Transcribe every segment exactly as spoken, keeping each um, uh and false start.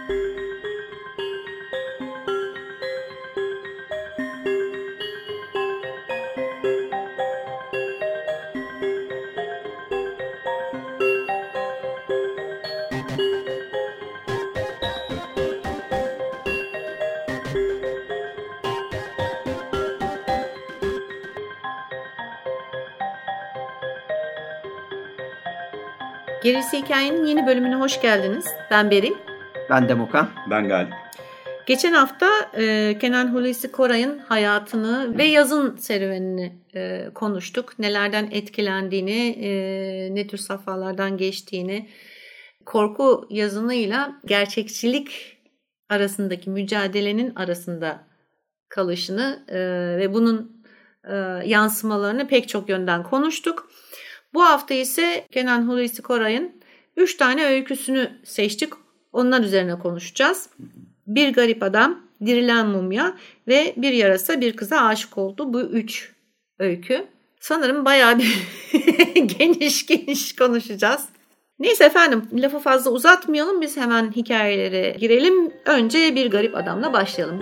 Gerisi Hikayenin yeni bölümüne hoş geldiniz. Ben Beril. Ben Demokan. Ben Galip. Geçen hafta e, Kenan Hulusi Koray'ın hayatını ve yazın serüvenini e, konuştuk. Nelerden etkilendiğini, e, ne tür safhalardan geçtiğini, korku yazınıyla gerçekçilik arasındaki mücadelenin arasında kalışını e, ve bunun e, yansımalarını pek çok yönden konuştuk. Bu hafta ise Kenan Hulusi Koray'ın üç tane öyküsünü seçtik. Onlar üzerine konuşacağız. Bir Garip Adam, Dirilen Mumya ve Bir Yarasa Bir Kıza Aşık Oldu. Bu üç öykü. Sanırım bayağı bir geniş geniş konuşacağız. Neyse efendim, lafı fazla uzatmayalım. Biz hemen hikayelere girelim. Önce Bir Garip Adam'la başlayalım.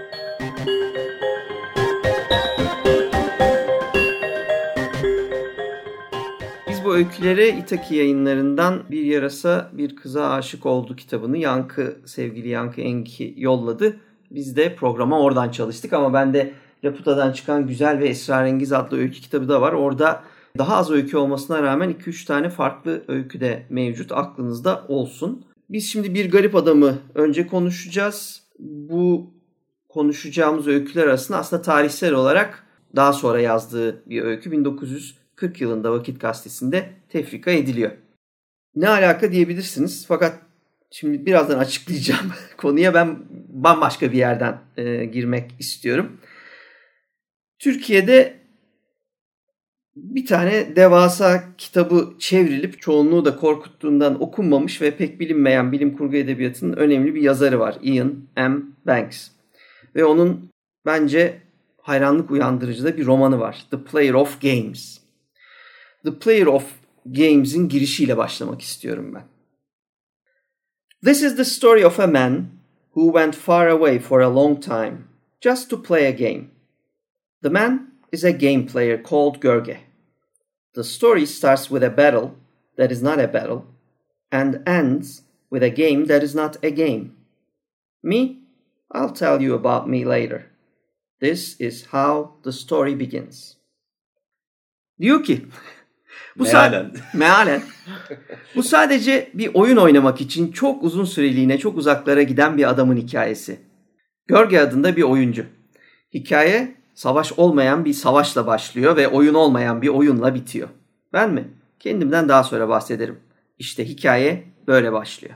Bu öyküleri İtaki Yayınları'ndan Bir Yarasa Bir Kıza Aşık Oldu kitabını Yankı, sevgili Yankı Engi yolladı. Biz de programa oradan çalıştık ama bende Laputa'dan çıkan Güzel ve Esrarengiz adlı öykü kitabı da var. Orada daha az öykü olmasına rağmen iki üç tane farklı öykü de mevcut, aklınızda olsun. Biz şimdi Bir Garip Adam'ı önce konuşacağız. Bu konuşacağımız öyküler arasında aslında tarihsel olarak daha sonra yazdığı bir öykü. bin dokuz yüz kırk yılında Vakit Gazetesi'nde tefrika ediliyor. Ne alaka diyebilirsiniz, fakat şimdi birazdan açıklayacağım konuya ben bambaşka bir yerden e, girmek istiyorum. Türkiye'de bir tane devasa kitabı çevrilip çoğunluğu da korkuttuğundan okunmamış ve pek bilinmeyen bilim kurgu edebiyatının önemli bir yazarı var. Ian M. Banks. Ve onun bence hayranlık uyandırıcı da bir romanı var. The Player of Games. The Player of Games'in girişiyle başlamak istiyorum ben. This is the story of a man who went far away for a long time just to play a game. The man is a game player called Görge. The story starts with a battle that is not a battle and ends with a game that is not a game. Me, I'll tell you about me later. This is how the story begins. Diyor ki Bu mealen. Sa- mealen. Bu sadece bir oyun oynamak için çok uzun süreliğine çok uzaklara giden bir adamın hikayesi. Görge adında bir oyuncu. Hikaye savaş olmayan bir savaşla başlıyor ve oyun olmayan bir oyunla bitiyor. Ben mi? Kendimden daha sonra bahsederim. İşte hikaye böyle başlıyor.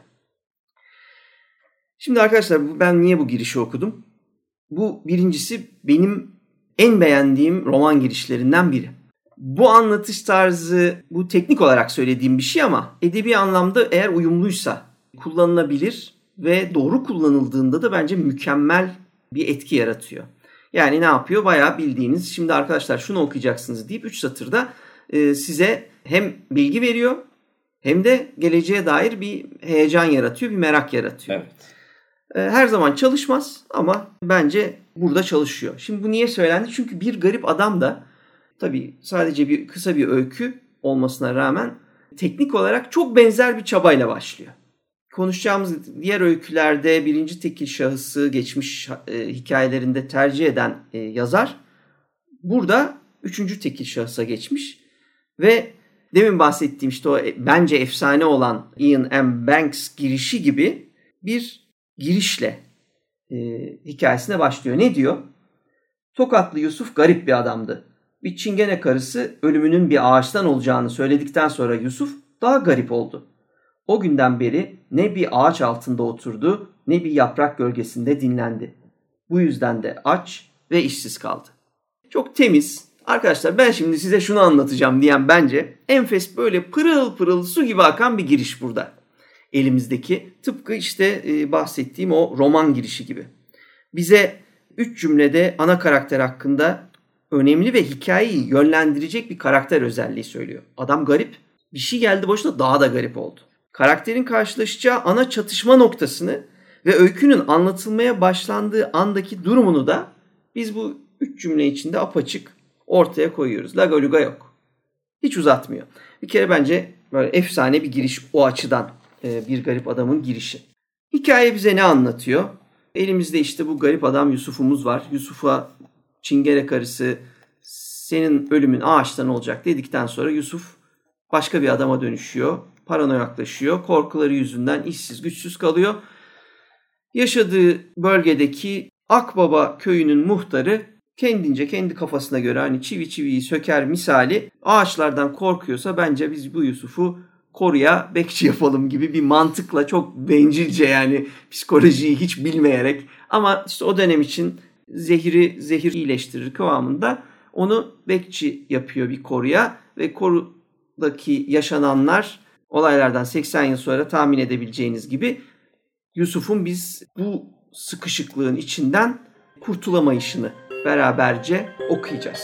Şimdi arkadaşlar, ben niye bu girişi okudum? Bu birincisi benim en beğendiğim roman girişlerinden biri. Bu anlatış tarzı, bu teknik olarak söylediğim bir şey ama edebi anlamda eğer uyumluysa kullanılabilir ve doğru kullanıldığında da bence mükemmel bir etki yaratıyor. Yani ne yapıyor? Bayağı bildiğiniz, şimdi arkadaşlar şunu okuyacaksınız deyip üç satırda e, size hem bilgi veriyor hem de geleceğe dair bir heyecan yaratıyor, bir merak yaratıyor. Evet. E, her zaman çalışmaz ama bence burada çalışıyor. Şimdi bu niye söylendi? Çünkü Bir Garip Adam da tabii sadece bir kısa bir öykü olmasına rağmen teknik olarak çok benzer bir çabayla başlıyor. Konuşacağımız diğer öykülerde birinci tekil şahısı geçmiş e, hikayelerinde tercih eden e, yazar burada üçüncü tekil şahısa geçmiş ve demin bahsettiğim işte o e, bence efsane olan Ian M. Banks girişi gibi bir girişle e, hikayesine başlıyor. Ne diyor? Tokatlı Yusuf garip bir adamdı. Bir çingene karısı ölümünün bir ağaçtan olacağını söyledikten sonra Yusuf daha garip oldu. O günden beri ne bir ağaç altında oturdu ne bir yaprak gölgesinde dinlendi. Bu yüzden de aç ve işsiz kaldı. Çok temiz. Arkadaşlar, ben şimdi size şunu anlatacağım diyen bence enfes, böyle pırıl pırıl su gibi akan bir giriş burada. Elimizdeki tıpkı işte bahsettiğim o roman girişi gibi. Bize üç cümlede ana karakter hakkında önemli ve hikayeyi yönlendirecek bir karakter özelliği söylüyor. Adam garip, bir şey geldi başına, daha da garip oldu. Karakterin karşılaşacağı ana çatışma noktasını Ve öykünün anlatılmaya başlandığı andaki durumunu da biz bu üç cümle içinde apaçık ortaya koyuyoruz. Laga luga yok. Hiç uzatmıyor. Bir kere bence böyle efsane bir giriş o açıdan, bir garip adamın girişi. Hikaye bize ne anlatıyor? Elimizde işte bu garip adam Yusuf'umuz var. Yusuf'a Çingene karısı senin ölümün ağaçtan olacak dedikten sonra Yusuf başka bir adama dönüşüyor. Paranoyaklaşıyor. Korkuları yüzünden işsiz güçsüz kalıyor. Yaşadığı bölgedeki Akbaba köyünün muhtarı kendince kendi kafasına göre hani çivi çiviyi söker misali ağaçlardan korkuyorsa bence biz bu Yusuf'u koruya bekçi yapalım gibi bir mantıkla çok bencilce yani psikolojiyi hiç bilmeyerek ama işte o dönem için zehiri zehir iyileştirir kıvamında onu bekçi yapıyor bir koruya ve korudaki yaşananlar olaylardan seksen yıl sonra tahmin edebileceğiniz gibi Yusuf'un biz bu sıkışıklığın içinden kurtulamayışını beraberce okuyacağız.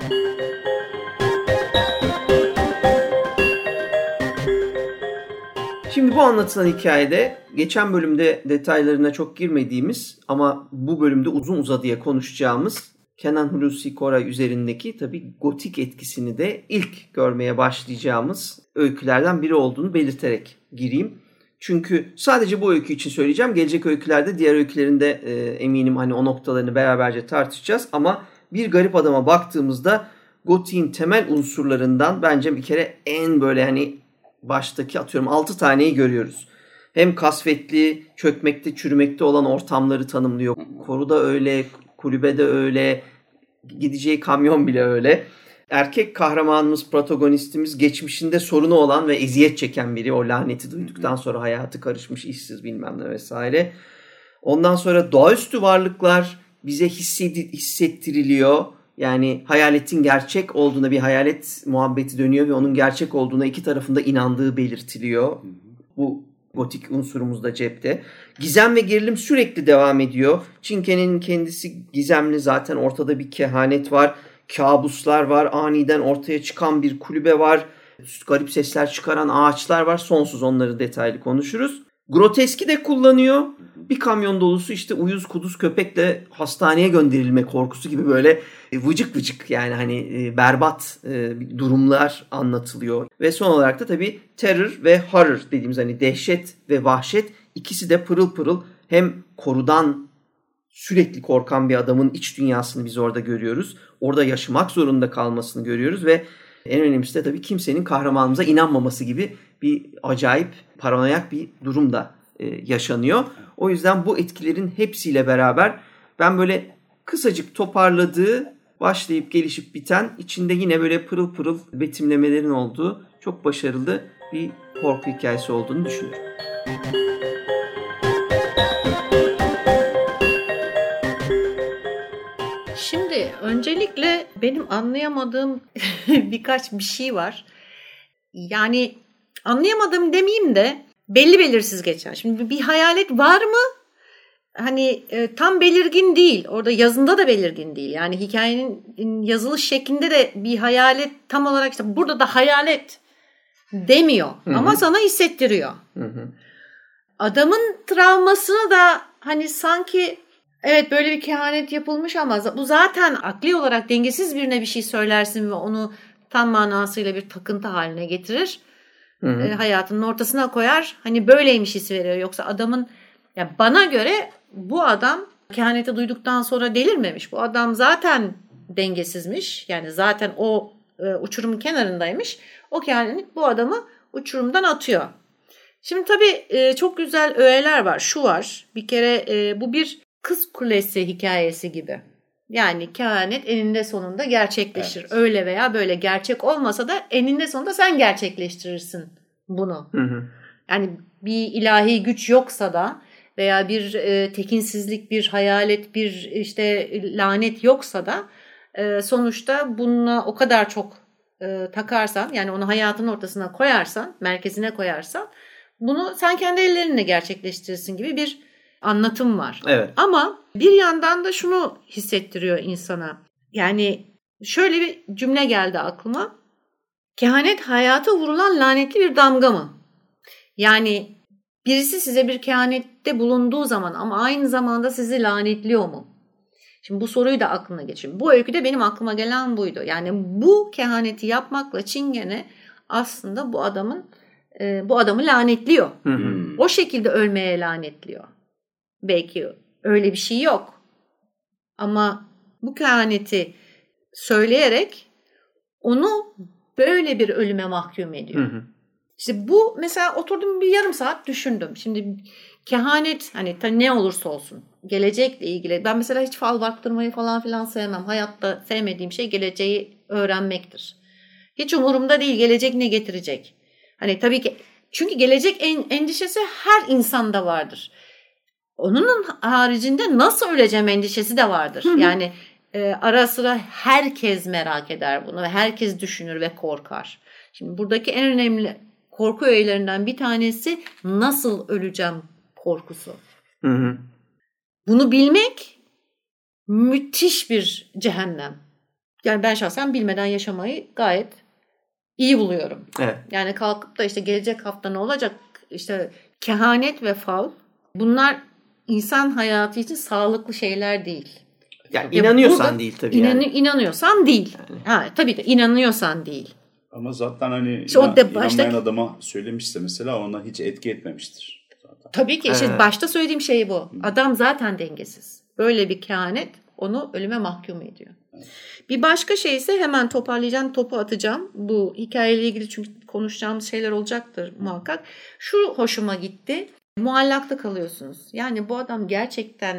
Şimdi bu anlatılan hikayede geçen bölümde detaylarına çok girmediğimiz ama bu bölümde uzun uzadıya konuşacağımız Kenan Hulusi Koray üzerindeki tabii gotik etkisini de ilk görmeye başlayacağımız öykülerden biri olduğunu belirterek gireyim. Çünkü sadece bu öykü için söyleyeceğim. Gelecek öykülerde diğer öykülerinde e, eminim hani o noktalarını beraberce tartışacağız. Ama bir garip adama baktığımızda gotiğin temel unsurlarından bence bir kere en böyle hani baştaki atıyorum altı taneyi görüyoruz. Hem kasvetli, çökmekte, çürümekte olan ortamları tanımlıyor. Koruda öyle, kulübede öyle, gideceği kamyon bile öyle. Erkek kahramanımız, protagonistimiz geçmişinde sorunu olan ve eziyet çeken biri. O laneti duyduktan sonra hayatı karışmış, işsiz bilmem ne vesaire. Ondan sonra doğaüstü varlıklar bize hissettiriliyor. Yani hayaletin gerçek olduğuna bir hayalet muhabbeti dönüyor ve onun gerçek olduğuna iki tarafında inandığı belirtiliyor. Bu gotik unsurumuz da cepte. Gizem ve gerilim sürekli devam ediyor. Çingene'nin kendisi gizemli, zaten ortada bir kehanet var. Kabuslar var, aniden ortaya çıkan bir kulübe var. Garip sesler çıkaran ağaçlar var. Sonsuz onları detaylı konuşuruz. Groteski de kullanıyor. Bir kamyon dolusu işte uyuz kuduz köpekle hastaneye gönderilme korkusu gibi böyle vıcık vıcık yani hani berbat durumlar anlatılıyor. Ve son olarak da tabii terror ve horror dediğimiz hani dehşet ve vahşet ikisi de pırıl pırıl hem korudan sürekli korkan bir adamın iç dünyasını biz orada görüyoruz. Orada yaşamak zorunda kalmasını görüyoruz ve en önemlisi de tabii kimsenin kahramanımıza inanmaması gibi bir acayip paranoyak bir durum da e, yaşanıyor. O yüzden bu etkilerin hepsiyle beraber ben böyle kısacık toparladığı, başlayıp gelişip biten, içinde yine böyle pırıl pırıl betimlemelerin olduğu çok başarılı bir korku hikayesi olduğunu düşünüyorum. Şimdi öncelikle benim anlayamadığım birkaç bir şey var. Yani anlayamadım demeyeyim de belli belirsiz geçen. Şimdi bir hayalet var mı? Hani e, tam belirgin değil. Orada yazında da belirgin değil. Yani hikayenin yazılış şeklinde de bir hayalet tam olarak işte burada da hayalet demiyor. Hı-hı. Ama sana hissettiriyor. Hı-hı. Adamın travmasını da hani sanki evet böyle bir kehanet yapılmış ama bu zaten akli olarak dengesiz birine bir şey söylersin ve onu tam manasıyla bir takıntı haline getirir. E, hayatının ortasına koyar. Hani böyleymiş hissi veriyor. Yoksa adamın ya bana göre bu adam kehaneti duyduktan sonra delirmemiş. Bu adam zaten dengesizmiş. Yani zaten o e, uçurumun kenarındaymış. O kehanet bu adamı uçurumdan atıyor. Şimdi tabii e, çok güzel öğeler var. Şu var. Bir kere e, bu bir kız kulesi hikayesi gibi. Yani kehanet eninde sonunda gerçekleşir. Evet. Öyle veya böyle gerçek olmasa da eninde sonunda sen gerçekleştirirsin bunu. Hı hı. Yani bir ilahi güç yoksa da veya bir e, tekinsizlik, bir hayalet, bir işte lanet yoksa da e, sonuçta bununla o kadar çok e, takarsan, yani onu hayatın ortasına koyarsan, merkezine koyarsan bunu sen kendi ellerinle gerçekleştirirsin gibi bir anlatım var. Evet. Ama bir yandan da şunu hissettiriyor insana. Yani şöyle bir cümle geldi aklıma. Kehanet hayata vurulan lanetli bir damga mı? Yani birisi size bir kehanette bulunduğu zaman ama aynı zamanda sizi lanetliyor mu? Şimdi bu soruyu da aklına geçirin. Bu öyküde benim aklıma gelen buydu. Yani bu kehaneti yapmakla Çingene aslında bu adamın e, bu adamı lanetliyor. Hmm. O şekilde ölmeye lanetliyor. Belki öyle bir şey yok. Ama bu kehaneti söyleyerek onu böyle bir ölüme mahkum ediyor. Hı hı. İşte bu mesela oturdum bir yarım saat düşündüm. Şimdi kehanet hani ne olursa olsun gelecekle ilgili. Ben mesela hiç fal baktırmayı falan filan sevmem. Hayatta sevmediğim şey geleceği öğrenmektir. Hiç umurumda değil gelecek ne getirecek. Hani tabii ki çünkü gelecek en, endişesi her insanda vardır. Onun haricinde nasıl öleceğim endişesi de vardır. Hı hı. Yani e, ara sıra herkes merak eder bunu ve herkes düşünür ve korkar. Şimdi buradaki en önemli korku öğelerinden bir tanesi nasıl öleceğim korkusu. Hı hı. Bunu bilmek müthiş bir cehennem. Yani ben şahsen bilmeden yaşamayı gayet iyi buluyorum. Evet. Yani kalkıp da işte gelecek hafta ne olacak? İşte kehanet ve fal bunlar insan hayatı için sağlıklı şeyler değil. Yani inanıyorsan ya değil tabii inan- yani. İnanıyorsan değil. Yani. Ha, tabii de inanıyorsan değil. Ama zaten hani işte inan, de başta... inanmayan adama söylemişse mesela ona hiç etki etmemiştir. Zaten. Tabii ki. İşte başta söylediğim şey bu. Adam zaten dengesiz. Böyle bir kehanet onu ölüme mahkum ediyor. Evet. Bir başka şey ise hemen toparlayacağım, topu atacağım. Bu hikayeyle ilgili çünkü konuşacağımız şeyler olacaktır muhakkak. Şu hoşuma gitti. Muallakta kalıyorsunuz. Yani bu adam gerçekten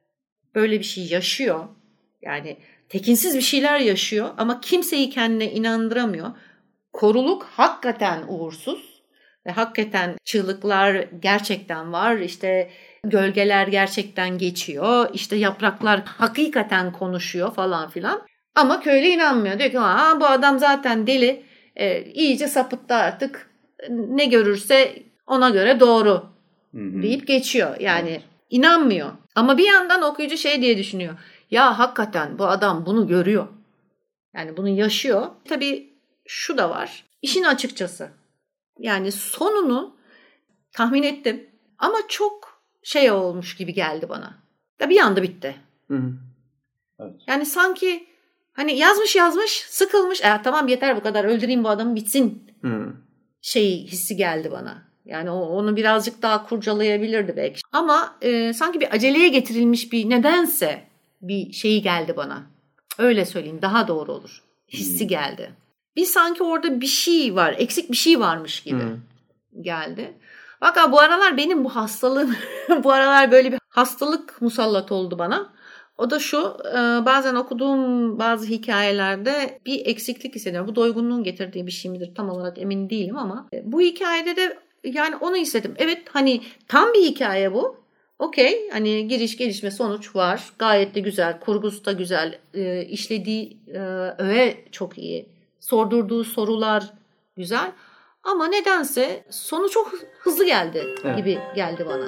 böyle bir şey yaşıyor. Yani tekinsiz bir şeyler yaşıyor ama kimseyi kendine inandıramıyor. Koruluk hakikaten uğursuz ve hakikaten çığlıklar gerçekten var. İşte gölgeler gerçekten geçiyor. İşte yapraklar hakikaten konuşuyor falan filan. Ama köylü inanmıyor. Diyor ki ha, bu adam zaten deli. E, iyice sapıttı artık. Ne görürse ona göre doğru deyip geçiyor. Yani evet. inanmıyor. Ama bir yandan okuyucu şey diye düşünüyor. Ya hakikaten bu adam bunu görüyor. Yani bunu yaşıyor. Tabii şu da var. İşin açıkçası. Yani sonunu tahmin ettim. Ama çok şey olmuş gibi geldi bana. Da bir anda bitti. Hı hı. Evet. Yani sanki hani yazmış yazmış sıkılmış. E, tamam yeter bu kadar öldüreyim bu adamı bitsin. Hı. Şey hissi geldi bana. Yani o, onu birazcık daha kurcalayabilirdi belki. Ama e, sanki bir aceleye getirilmiş bir nedense bir şeyi geldi bana. Öyle söyleyeyim daha doğru olur. Hissi geldi. Bir sanki orada bir şey var. Eksik bir şey varmış gibi hmm. geldi. Fakat bu aralar benim bu hastalığım bu aralar böyle bir hastalık musallat oldu bana. O da şu bazen okuduğum bazı hikayelerde bir eksiklik hissediyorum. Bu doygunluğun getirdiği bir şey midir tam olarak emin değilim ama bu hikayede de yani onu hissettim. Evet hani tam bir hikaye bu. Okey hani giriş gelişme sonuç var. Gayet de güzel. Kurgusu da güzel. E, işlediği e, öğe çok iyi. Sordurduğu sorular güzel. Ama nedense sonu çok hızlı geldi evet. gibi geldi bana.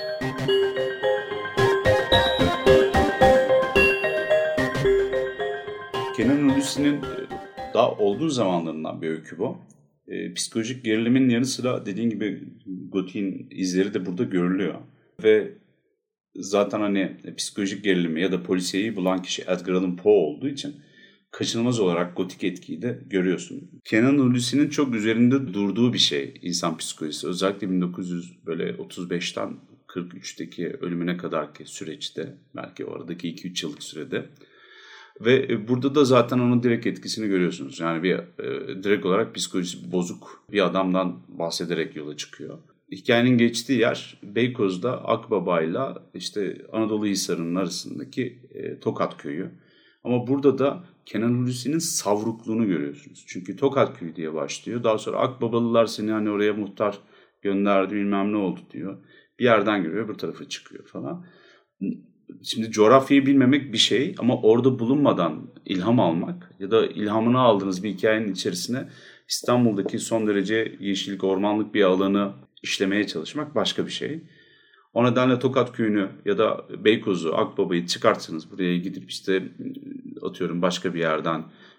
Kenan Hulusi'nin daha olduğu zamanlarından bir öykü bu. E, psikolojik gerilimin yanı sıra dediğin gibi gotiğin izleri de burada görülüyor. Ve zaten hani psikolojik gerilimi ya da polisiyeyi bulan kişi Edgar Allan Poe olduğu için kaçınılmaz olarak gotik etkiyi de görüyorsun. Kenan Hulusi'nin çok üzerinde durduğu bir şey insan psikolojisi. Özellikle bin dokuz yüz böyle otuz beşten kırk üçteki ölümüne kadarki süreçte, belki o aradaki iki üç yıllık sürede. Ve burada da zaten onun direkt etkisini görüyorsunuz. Yani bir e, direkt olarak psikolojisi bozuk bir adamdan bahsederek yola çıkıyor. Hikayenin geçtiği yer Beykoz'da Akbaba'yla işte Anadolu Hisarı'nın arasındaki e, Tokat Köyü. Ama burada da Kenan Hulusi'nin savrukluğunu görüyorsunuz. Çünkü Tokat Köyü diye başlıyor. Daha sonra Akbabalılar seni hani oraya muhtar gönderdi bilmem ne oldu diyor. Bir yerden giriyor öbür tarafa çıkıyor falan. Şimdi coğrafyayı bilmemek bir şey ama orada bulunmadan ilham almak ya da ilhamını aldığınız bir hikayenin içerisine İstanbul'daki son derece yeşillik, ormanlık bir alanı işlemeye çalışmak başka bir şey. O nedenle Tokat Köyü'nü ya da Beykoz'u, Akbaba'yı çıkartsanız buraya gidip işte atıyorum başka bir yerden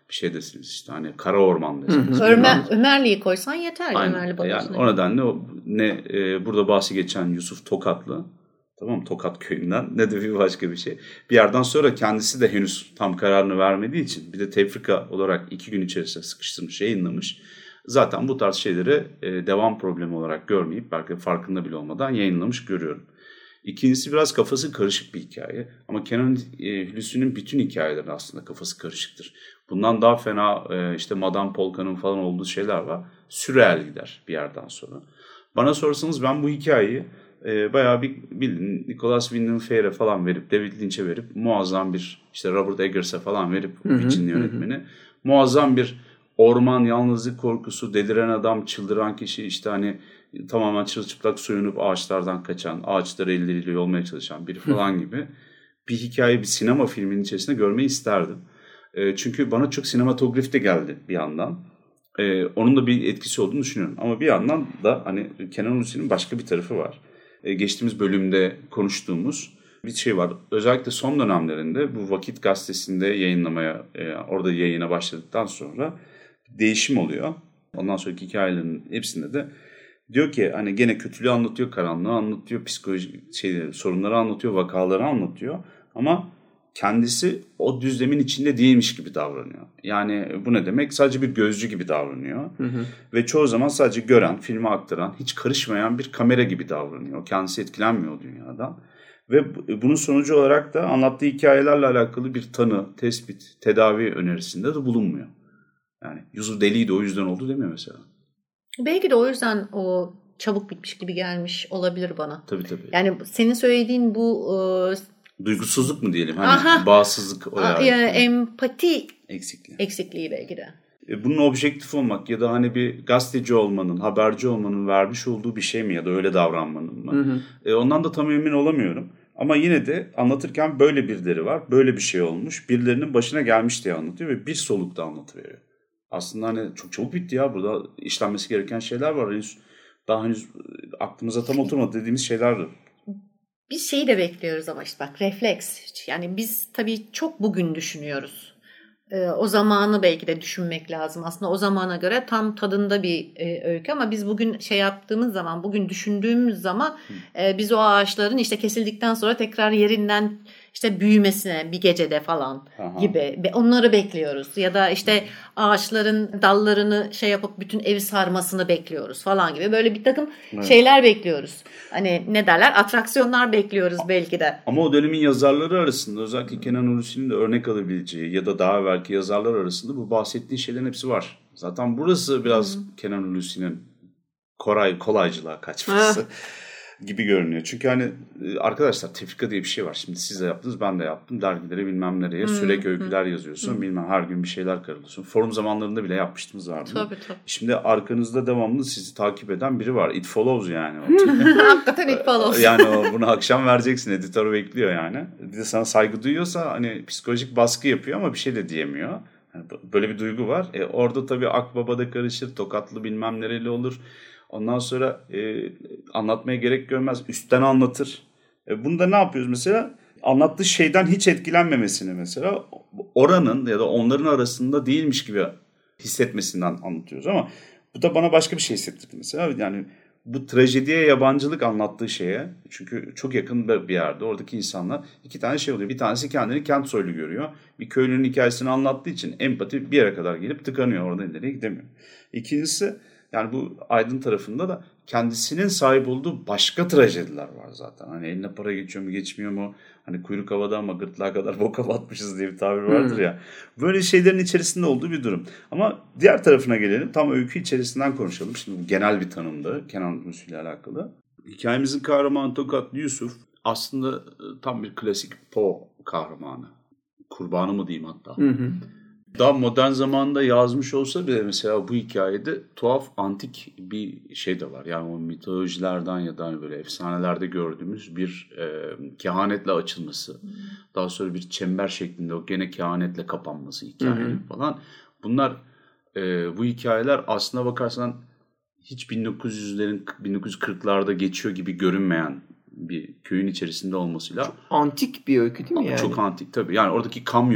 bir şey desiniz işte hani kara orman desiniz. Ömer, Ömerli'yi koysan yeter. Aynen. Ömerli yani o nedenle o, ne e, burada bahsi geçen Yusuf Tokatlı, tamam Tokat köyünden, ne de bir başka bir şey. Bir yerden sonra kendisi de henüz tam kararını vermediği için bir de tefrika olarak iki gün içerisinde sıkıştırmış, yayınlamış. Zaten bu tarz şeyleri e, devam problemi olarak görmeyip belki farkında bile olmadan yayınlamış görüyorum. İkincisi biraz kafası karışık bir hikaye. Ama Kenan e, Hulusi'nin bütün hikayeleri aslında kafası karışıktır. Bundan daha fena e, işte Madame Polka'nın falan olduğu şeyler var. Sürreal gider bir yerden sonra. Bana sorarsanız ben bu hikayeyi e, bayağı bir bildiğin Nicholas Winding Refn'e falan verip, David Lynch'e verip, muazzam bir işte Robert Eggers'e falan verip, Witch'in yönetmeni, muazzam bir orman, yalnızlık korkusu, deliren adam, çıldıran kişi, işte hani tamamen çırılçıplak soyunup ağaçlardan kaçan, ağaçları elleriyle yolmaya çalışan biri falan gibi bir hikaye, bir sinema filminin içerisinde görmeyi isterdim. E, çünkü bana çok sinematografik de geldi bir yandan. E, onun da bir etkisi olduğunu düşünüyorum. Ama bir yandan da hani Kenan Hulusi'nin başka bir tarafı var. E, geçtiğimiz bölümde konuştuğumuz bir şey var. Özellikle son dönemlerinde bu Vakit Gazetesi'nde yayınlamaya, e, orada yayına başladıktan sonra değişim oluyor. Ondan sonraki hikayelerin hepsinde de diyor ki hani gene kötülüğü anlatıyor, karanlığı anlatıyor, psikolojik şeyleri, sorunları anlatıyor, vakaları anlatıyor. Ama kendisi o düzlemin içinde değilmiş gibi davranıyor. Yani bu ne demek? Sadece bir gözcü gibi davranıyor. Hı hı. Ve çoğu zaman sadece gören, filme aktaran, hiç karışmayan bir kamera gibi davranıyor. Kendisi etkilenmiyor o dünyadan. Ve bunun sonucu olarak da anlattığı hikayelerle alakalı bir tanı, tespit, tedavi önerisinde de bulunmuyor. Yani Yusuf deliydi o yüzden oldu demiyor mesela. Belki de o yüzden o çabuk bitmiş gibi gelmiş olabilir bana. Tabii tabii. Yani senin söylediğin bu... E, duygusuzluk mu diyelim? Hani aha, bağımsızlık. A, yani empati eksikliği. eksikliği belki de. E, bunun objektif olmak ya da hani bir gazeteci olmanın, haberci olmanın vermiş olduğu bir şey mi ya da öyle davranmanın mı? Hı hı. E, ondan da tam emin olamıyorum. Ama yine de anlatırken böyle birileri var, böyle bir şey olmuş, birilerinin başına gelmiş diye anlatıyor ve bir solukta anlatıveriyor. Aslında hani çok çabuk bitti ya, burada işlenmesi gereken şeyler var. Henüz, daha henüz aklımıza tam oturmadı dediğimiz şeyler var. Biz şeyi de bekliyoruz ama işte bak refleks. Yani biz tabii çok bugün düşünüyoruz. Ee, o zamanı belki de düşünmek lazım. Aslında o zamana göre tam tadında bir e, öykü ama biz bugün şey yaptığımız zaman, bugün düşündüğümüz zaman e, biz o ağaçların işte kesildikten sonra tekrar yerinden işte büyümesine bir gecede falan Aha. gibi onları bekliyoruz. Ya da işte ağaçların dallarını şey yapıp bütün evi sarmasını bekliyoruz falan gibi. Böyle bir takım evet. şeyler bekliyoruz. Hani ne derler? Atraksiyonlar bekliyoruz belki de. Ama o dönemin yazarları arasında özellikle Kenan Hulusi'nin de örnek alabileceği ya da daha belki yazarlar arasında bu bahsettiğin şeylerin hepsi var. Zaten burası biraz Hı. Kenan Hulusi'nin kolay, kolaycılığa kaçması. gibi görünüyor. Çünkü hani arkadaşlar tefrika diye bir şey var. Şimdi siz de yaptınız, ben de yaptım. Dergilere bilmem nereye hmm, sürekli öyküler hmm. yazıyorsun. Hmm. Bilmem her gün bir şeyler karalıyorsun. Forum zamanlarında bile yapmıştınız vardı. Tabii tabii. Şimdi arkanızda devamlı sizi takip eden biri var. It follows yani. Hakikaten it follows. Yani o, bunu akşam vereceksin. Editör bekliyor yani. Bir de sana saygı duyuyorsa hani psikolojik baskı yapıyor ama bir şey de diyemiyor. Yani böyle bir duygu var. E, orada tabii Akbaba da karışır. Tokatlı bilmem nereli olur. Ondan sonra e, anlatmaya gerek görmez. Üstten anlatır. E, bunda ne yapıyoruz mesela? Anlattığı şeyden hiç etkilenmemesini mesela oranın ya da onların arasında değilmiş gibi hissetmesinden anlatıyoruz. Ama bu da bana başka bir şey hissettirdi mesela. Yani bu trajediye yabancılık anlattığı şeye. Çünkü çok yakın bir yerde oradaki insanlar iki tane şey oluyor. Bir tanesi kendini kent soylu görüyor. Bir köylünün hikayesini anlattığı için empati bir yere kadar gelip tıkanıyor. Orada nereye gidemiyor. İkincisi yani bu Aydın tarafında da kendisinin sahip olduğu başka trajediler var zaten. Hani eline para geçiyor mu geçmiyor mu? Hani kuyruk havada ama gırtlağa kadar boka batmışız diye bir tabir vardır ya. Böyle şeylerin içerisinde olduğu bir durum. Ama diğer tarafına gelelim. Tam öykü içerisinden konuşalım. Şimdi bu genel bir tanımda Kenan Hulusi ile alakalı. Hikayemizin kahramanı Tokatlı Yusuf aslında tam bir klasik Poe kahramanı. Kurbanı mı diyeyim hatta. Hı hı. Daha modern zamanda yazmış olsa bile mesela bu hikayede tuhaf antik bir şey de var. Yani o mitolojilerden ya da hani böyle efsanelerde gördüğümüz bir e, kehanetle açılması. Hmm. Daha sonra bir çember şeklinde o gene kehanetle kapanması hikayenin hmm. falan. Bunlar e, bu hikayeler aslına bakarsan hiç bin dokuz yüzlerin bin dokuz yüz kırklarda geçiyor gibi görünmeyen bir köyün içerisinde olmasıyla. Çok antik bir öykü değil mi yani? Çok antik tabii. Yani oradaki kamyon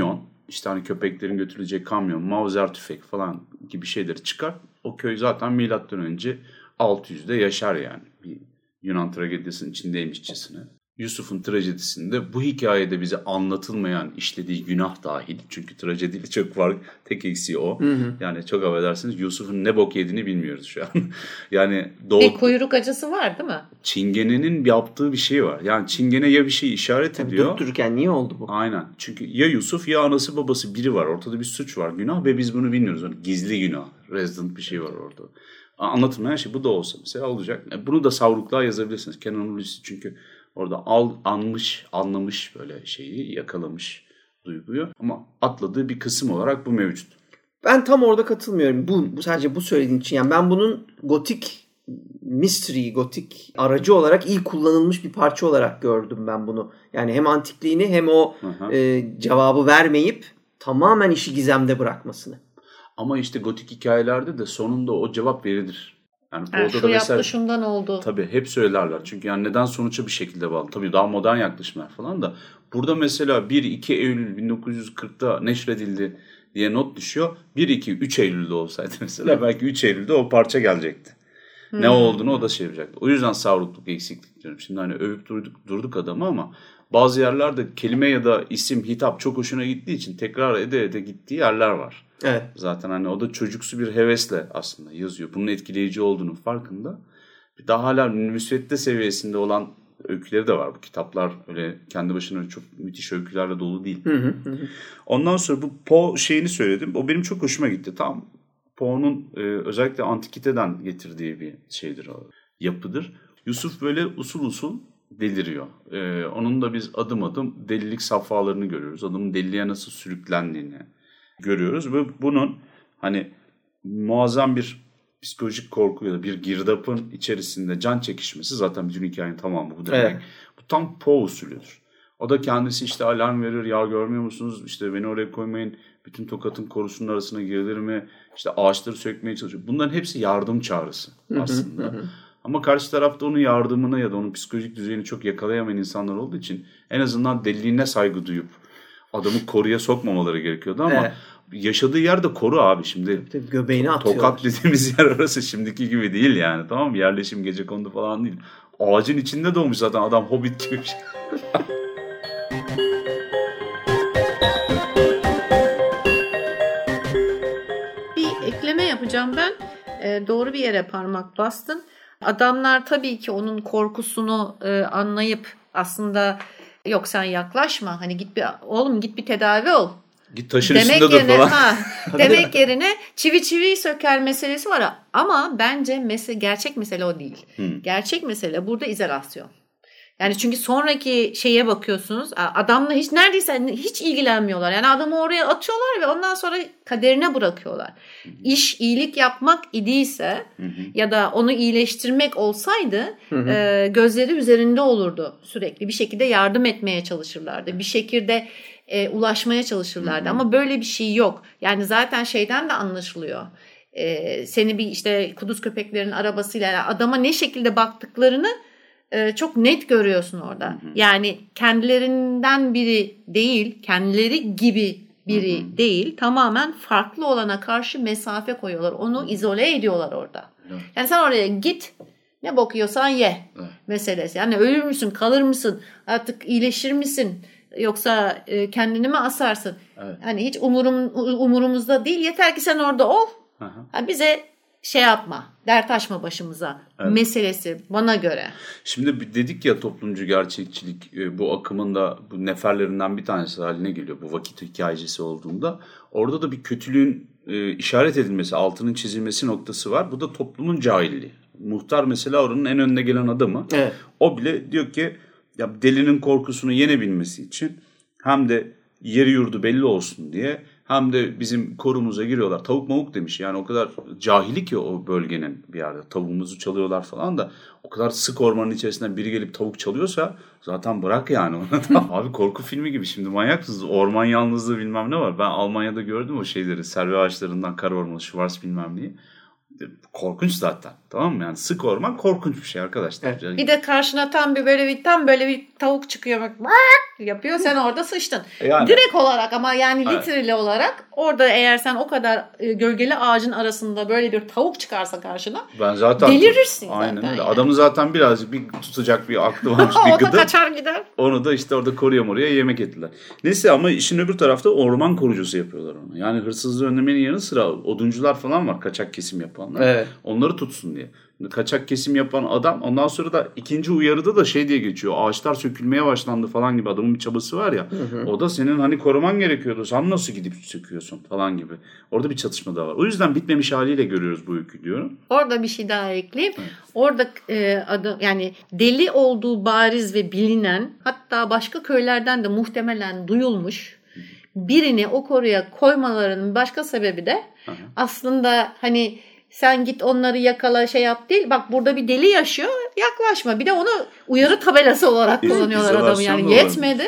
işte hani köpeklerin götürüleceği kamyon, mauser tüfek falan gibi şeyleri çıkar. O köy zaten milattan önce altı yüzde yaşar yani. Bir Yunan tragedisinin içindeymişçesine. Yusuf'un trajedisinde bu hikayede bize anlatılmayan işlediği günah dahil. Çünkü trajediyle çok var. Tek eksiği o. Hı hı. Yani çok affedersiniz Yusuf'un ne bok yediğini bilmiyoruz şu an. Yani doğu... Bir kuyruk acısı var değil mi? Çingene'nin yaptığı bir şey var. Yani Çingene ya bir şey işaret Tabii ediyor. Durup dururken niye oldu bu? Aynen. Çünkü ya Yusuf ya anası babası biri var. Ortada bir suç var. Günah ve biz bunu bilmiyoruz. Yani gizli günah. Resident bir şey var orada. Anlatılmayan şey bu da olsa mesela olacak. Bunu da savrukluğa yazabilirsiniz. Kenan Hulusi çünkü orada al, anmış, anlamış böyle şeyi, yakalamış duyguyu. Ama atladığı bir kısım olarak bu mevcut. Ben tam orada katılmıyorum. Bu, bu sadece bu söylediğin için. Yani ben bunun gotik mystery, gotik aracı olarak iyi kullanılmış bir parça olarak gördüm ben bunu. Yani hem antikliğini hem o e, cevabı vermeyip tamamen işi gizemde bırakmasını. Ama işte gotik hikayelerde de sonunda o cevap verilir. Yani yani şu yaptı şundan oldu. Tabii hep söylerler. Çünkü yani neden sonuça bir şekilde bağlı. Tabii daha modern yaklaşımlar falan da. Burada mesela bir iki Eylül bin dokuz yüz kırkta neşredildi diye not düşüyor. bir iki üç Eylül'de olsaydı mesela belki üç Eylül'de o parça gelecekti. Hmm. Ne olduğunu o da şey yapacaktı. O yüzden savrukluk, eksiklik diyorum. Şimdi hani övüp durduk, durduk adamı ama bazı yerlerde kelime ya da isim, hitap çok hoşuna gittiği için tekrar ede ede gittiği yerler var. Evet. Zaten hani o da çocuksu bir hevesle aslında yazıyor. Bunun etkileyici olduğunun farkında. Daha hala müsvedde seviyesinde olan öyküleri de var. Bu kitaplar öyle kendi başına çok müthiş öykülerle dolu değil. Hı hı hı. Ondan sonra bu Poe şeyini söyledim. O benim çok hoşuma gitti. Tam Poe'nun e, özellikle antikiteden getirdiği bir şeydir o. Yapıdır. Yusuf böyle usul usul deliriyor. Ee, onun da biz adım adım delilik safhalarını görüyoruz. Adamın deliliğe nasıl sürüklendiğini görüyoruz. Ve bunun hani muazzam bir psikolojik korku ya da bir girdapın içerisinde can çekişmesi zaten bütün hikayenin tamamı bu demek. Evet. Bu tam Poe usulüdür. O da kendisi işte alarm verir. Ya görmüyor musunuz? İşte beni oraya koymayın. Bütün Tokat'ın korusunun arasına girilir mi? İşte ağaçları sökmeye çalışıyor. Bunların hepsi yardım çağrısı aslında. Hı hı hı. Ama karşı tarafta onun yardımına ya da onun psikolojik düzeyini çok yakalayamayan insanlar olduğu için en azından deliliğine saygı duyup adamı koruya sokmamaları gerekiyordu ama evet. Yaşadığı yer de koru abi şimdi. Tabii, göbeğini atıyorlar. Tokat dediğimiz yer orası şimdiki gibi değil yani, tamam mı? Yerleşim gecekondu falan değil. Ağacın içinde doğmuş zaten adam, hobbit gibi bir şey. Bir ekleme yapacağım ben. E, doğru bir yere parmak bastın. Adamlar tabii ki onun korkusunu e, anlayıp aslında yok sen yaklaşma, hani git bir oğlum git bir tedavi ol. Git taşın demek üstünde yerine, dur falan. Ha, demek yerine çivi çivi söker meselesi var ama bence mesele, gerçek mesele o değil. Hmm. Gerçek mesele burada izolasyon. Yani çünkü sonraki şeye bakıyorsunuz, adamla hiç neredeyse hiç ilgilenmiyorlar. Yani adamı oraya atıyorlar ve ondan sonra kaderine bırakıyorlar. Hı hı. İş iyilik yapmak idiyse hı hı. ya da onu iyileştirmek olsaydı hı hı. E, gözleri üzerinde olurdu sürekli. Bir şekilde yardım etmeye çalışırlardı. Bir şekilde e, ulaşmaya çalışırlardı. Hı hı. Ama böyle bir şey yok. Yani zaten şeyden de anlaşılıyor. E, seni bir işte kuduz köpeklerin arabasıyla yani adama ne şekilde baktıklarını çok net görüyorsun orada. Hı hı. Yani kendilerinden biri değil, kendileri gibi biri hı hı. değil, tamamen farklı olana karşı mesafe koyuyorlar. Onu izole ediyorlar orada. Evet. Yani sen oraya git, ne bakıyorsan ye evet. meselesi. Yani ölür müsün, kalır mısın, artık iyileşir misin, yoksa kendini mi asarsın? Evet. Yani hiç umurum, umurumuzda değil. Yeter ki sen orada ol. Hı hı. Yani bize şey yapma, dert açma başımıza evet. meselesi bana göre. Şimdi dedik ya, toplumcu gerçekçilik bu akımın da bu neferlerinden bir tanesi haline geliyor. Bu vakit hikayecisi olduğunda. Orada da bir kötülüğün e, işaret edilmesi, altının çizilmesi noktası var. Bu da toplumun cahilliği. Muhtar mesela oranın en önüne gelen adamı. Evet. O bile diyor ki ya delinin korkusunu yenebilmesi için hem de yeri yurdu belli olsun diye hem de bizim korumuza giriyorlar. Tavuk mavuk demiş. Yani o kadar cahili ki o bölgenin bir yerde. Tavuğumuzu çalıyorlar falan da. O kadar sık ormanın içerisinden biri gelip tavuk çalıyorsa zaten bırak yani onu. Abi korku filmi gibi şimdi, manyak mısınız? Orman yalnızlığı bilmem ne var. Ben Almanya'da gördüm o şeyleri. Selvi ağaçlarından kar ormanı, Schwarz bilmem neyi. Korkunç zaten. Tamam mı? Yani sık orman korkunç bir şey arkadaşlar. Evet. Bir de karşına tam bir böyle bir tam böyle bir tavuk çıkıyor bak. yapıyor. Sen orada sıçtın. Yani. Direkt olarak ama yani Evet. litreli olarak orada eğer sen o kadar e, gölgeli ağacın arasında böyle bir tavuk çıkarsa karşına Ben zaten delirirsin zaten. Aynen öyle. Yani. Adamın zaten birazcık bir tutacak bir aklı varmış, o bir da gıdı. kaçar gider. Onu da işte orada koruya moruya yemek ettiler. Neyse ama işin öbür tarafta orman korucusu yapıyorlar onu. Yani hırsızlığı önlemenin yanı sıra oduncular falan var, kaçak kesim yapanlar. Evet. Onları tutsun diye. Kaçak kesim yapan adam ondan sonra da ikinci uyarıda da şey diye geçiyor. Ağaçlar sökülmeye başlandı falan gibi adamın bir çabası var ya. Hı hı. O da senin hani koruman gerekiyordu. Sen nasıl gidip söküyorsun falan gibi. Orada bir çatışma da var. O yüzden bitmemiş haliyle görüyoruz bu öykü diyorum. Orada bir şey daha ekleyeyim. Evet. Orada e, adam yani deli olduğu bariz ve bilinen, hatta başka köylerden de muhtemelen duyulmuş birini o koruya koymalarının başka sebebi de hı hı. aslında hani sen git onları yakala şey yap değil. Bak burada bir deli yaşıyor, yaklaşma. Bir de onu uyarı tabelası olarak kullanıyorlar adamı. Yani yetmedi.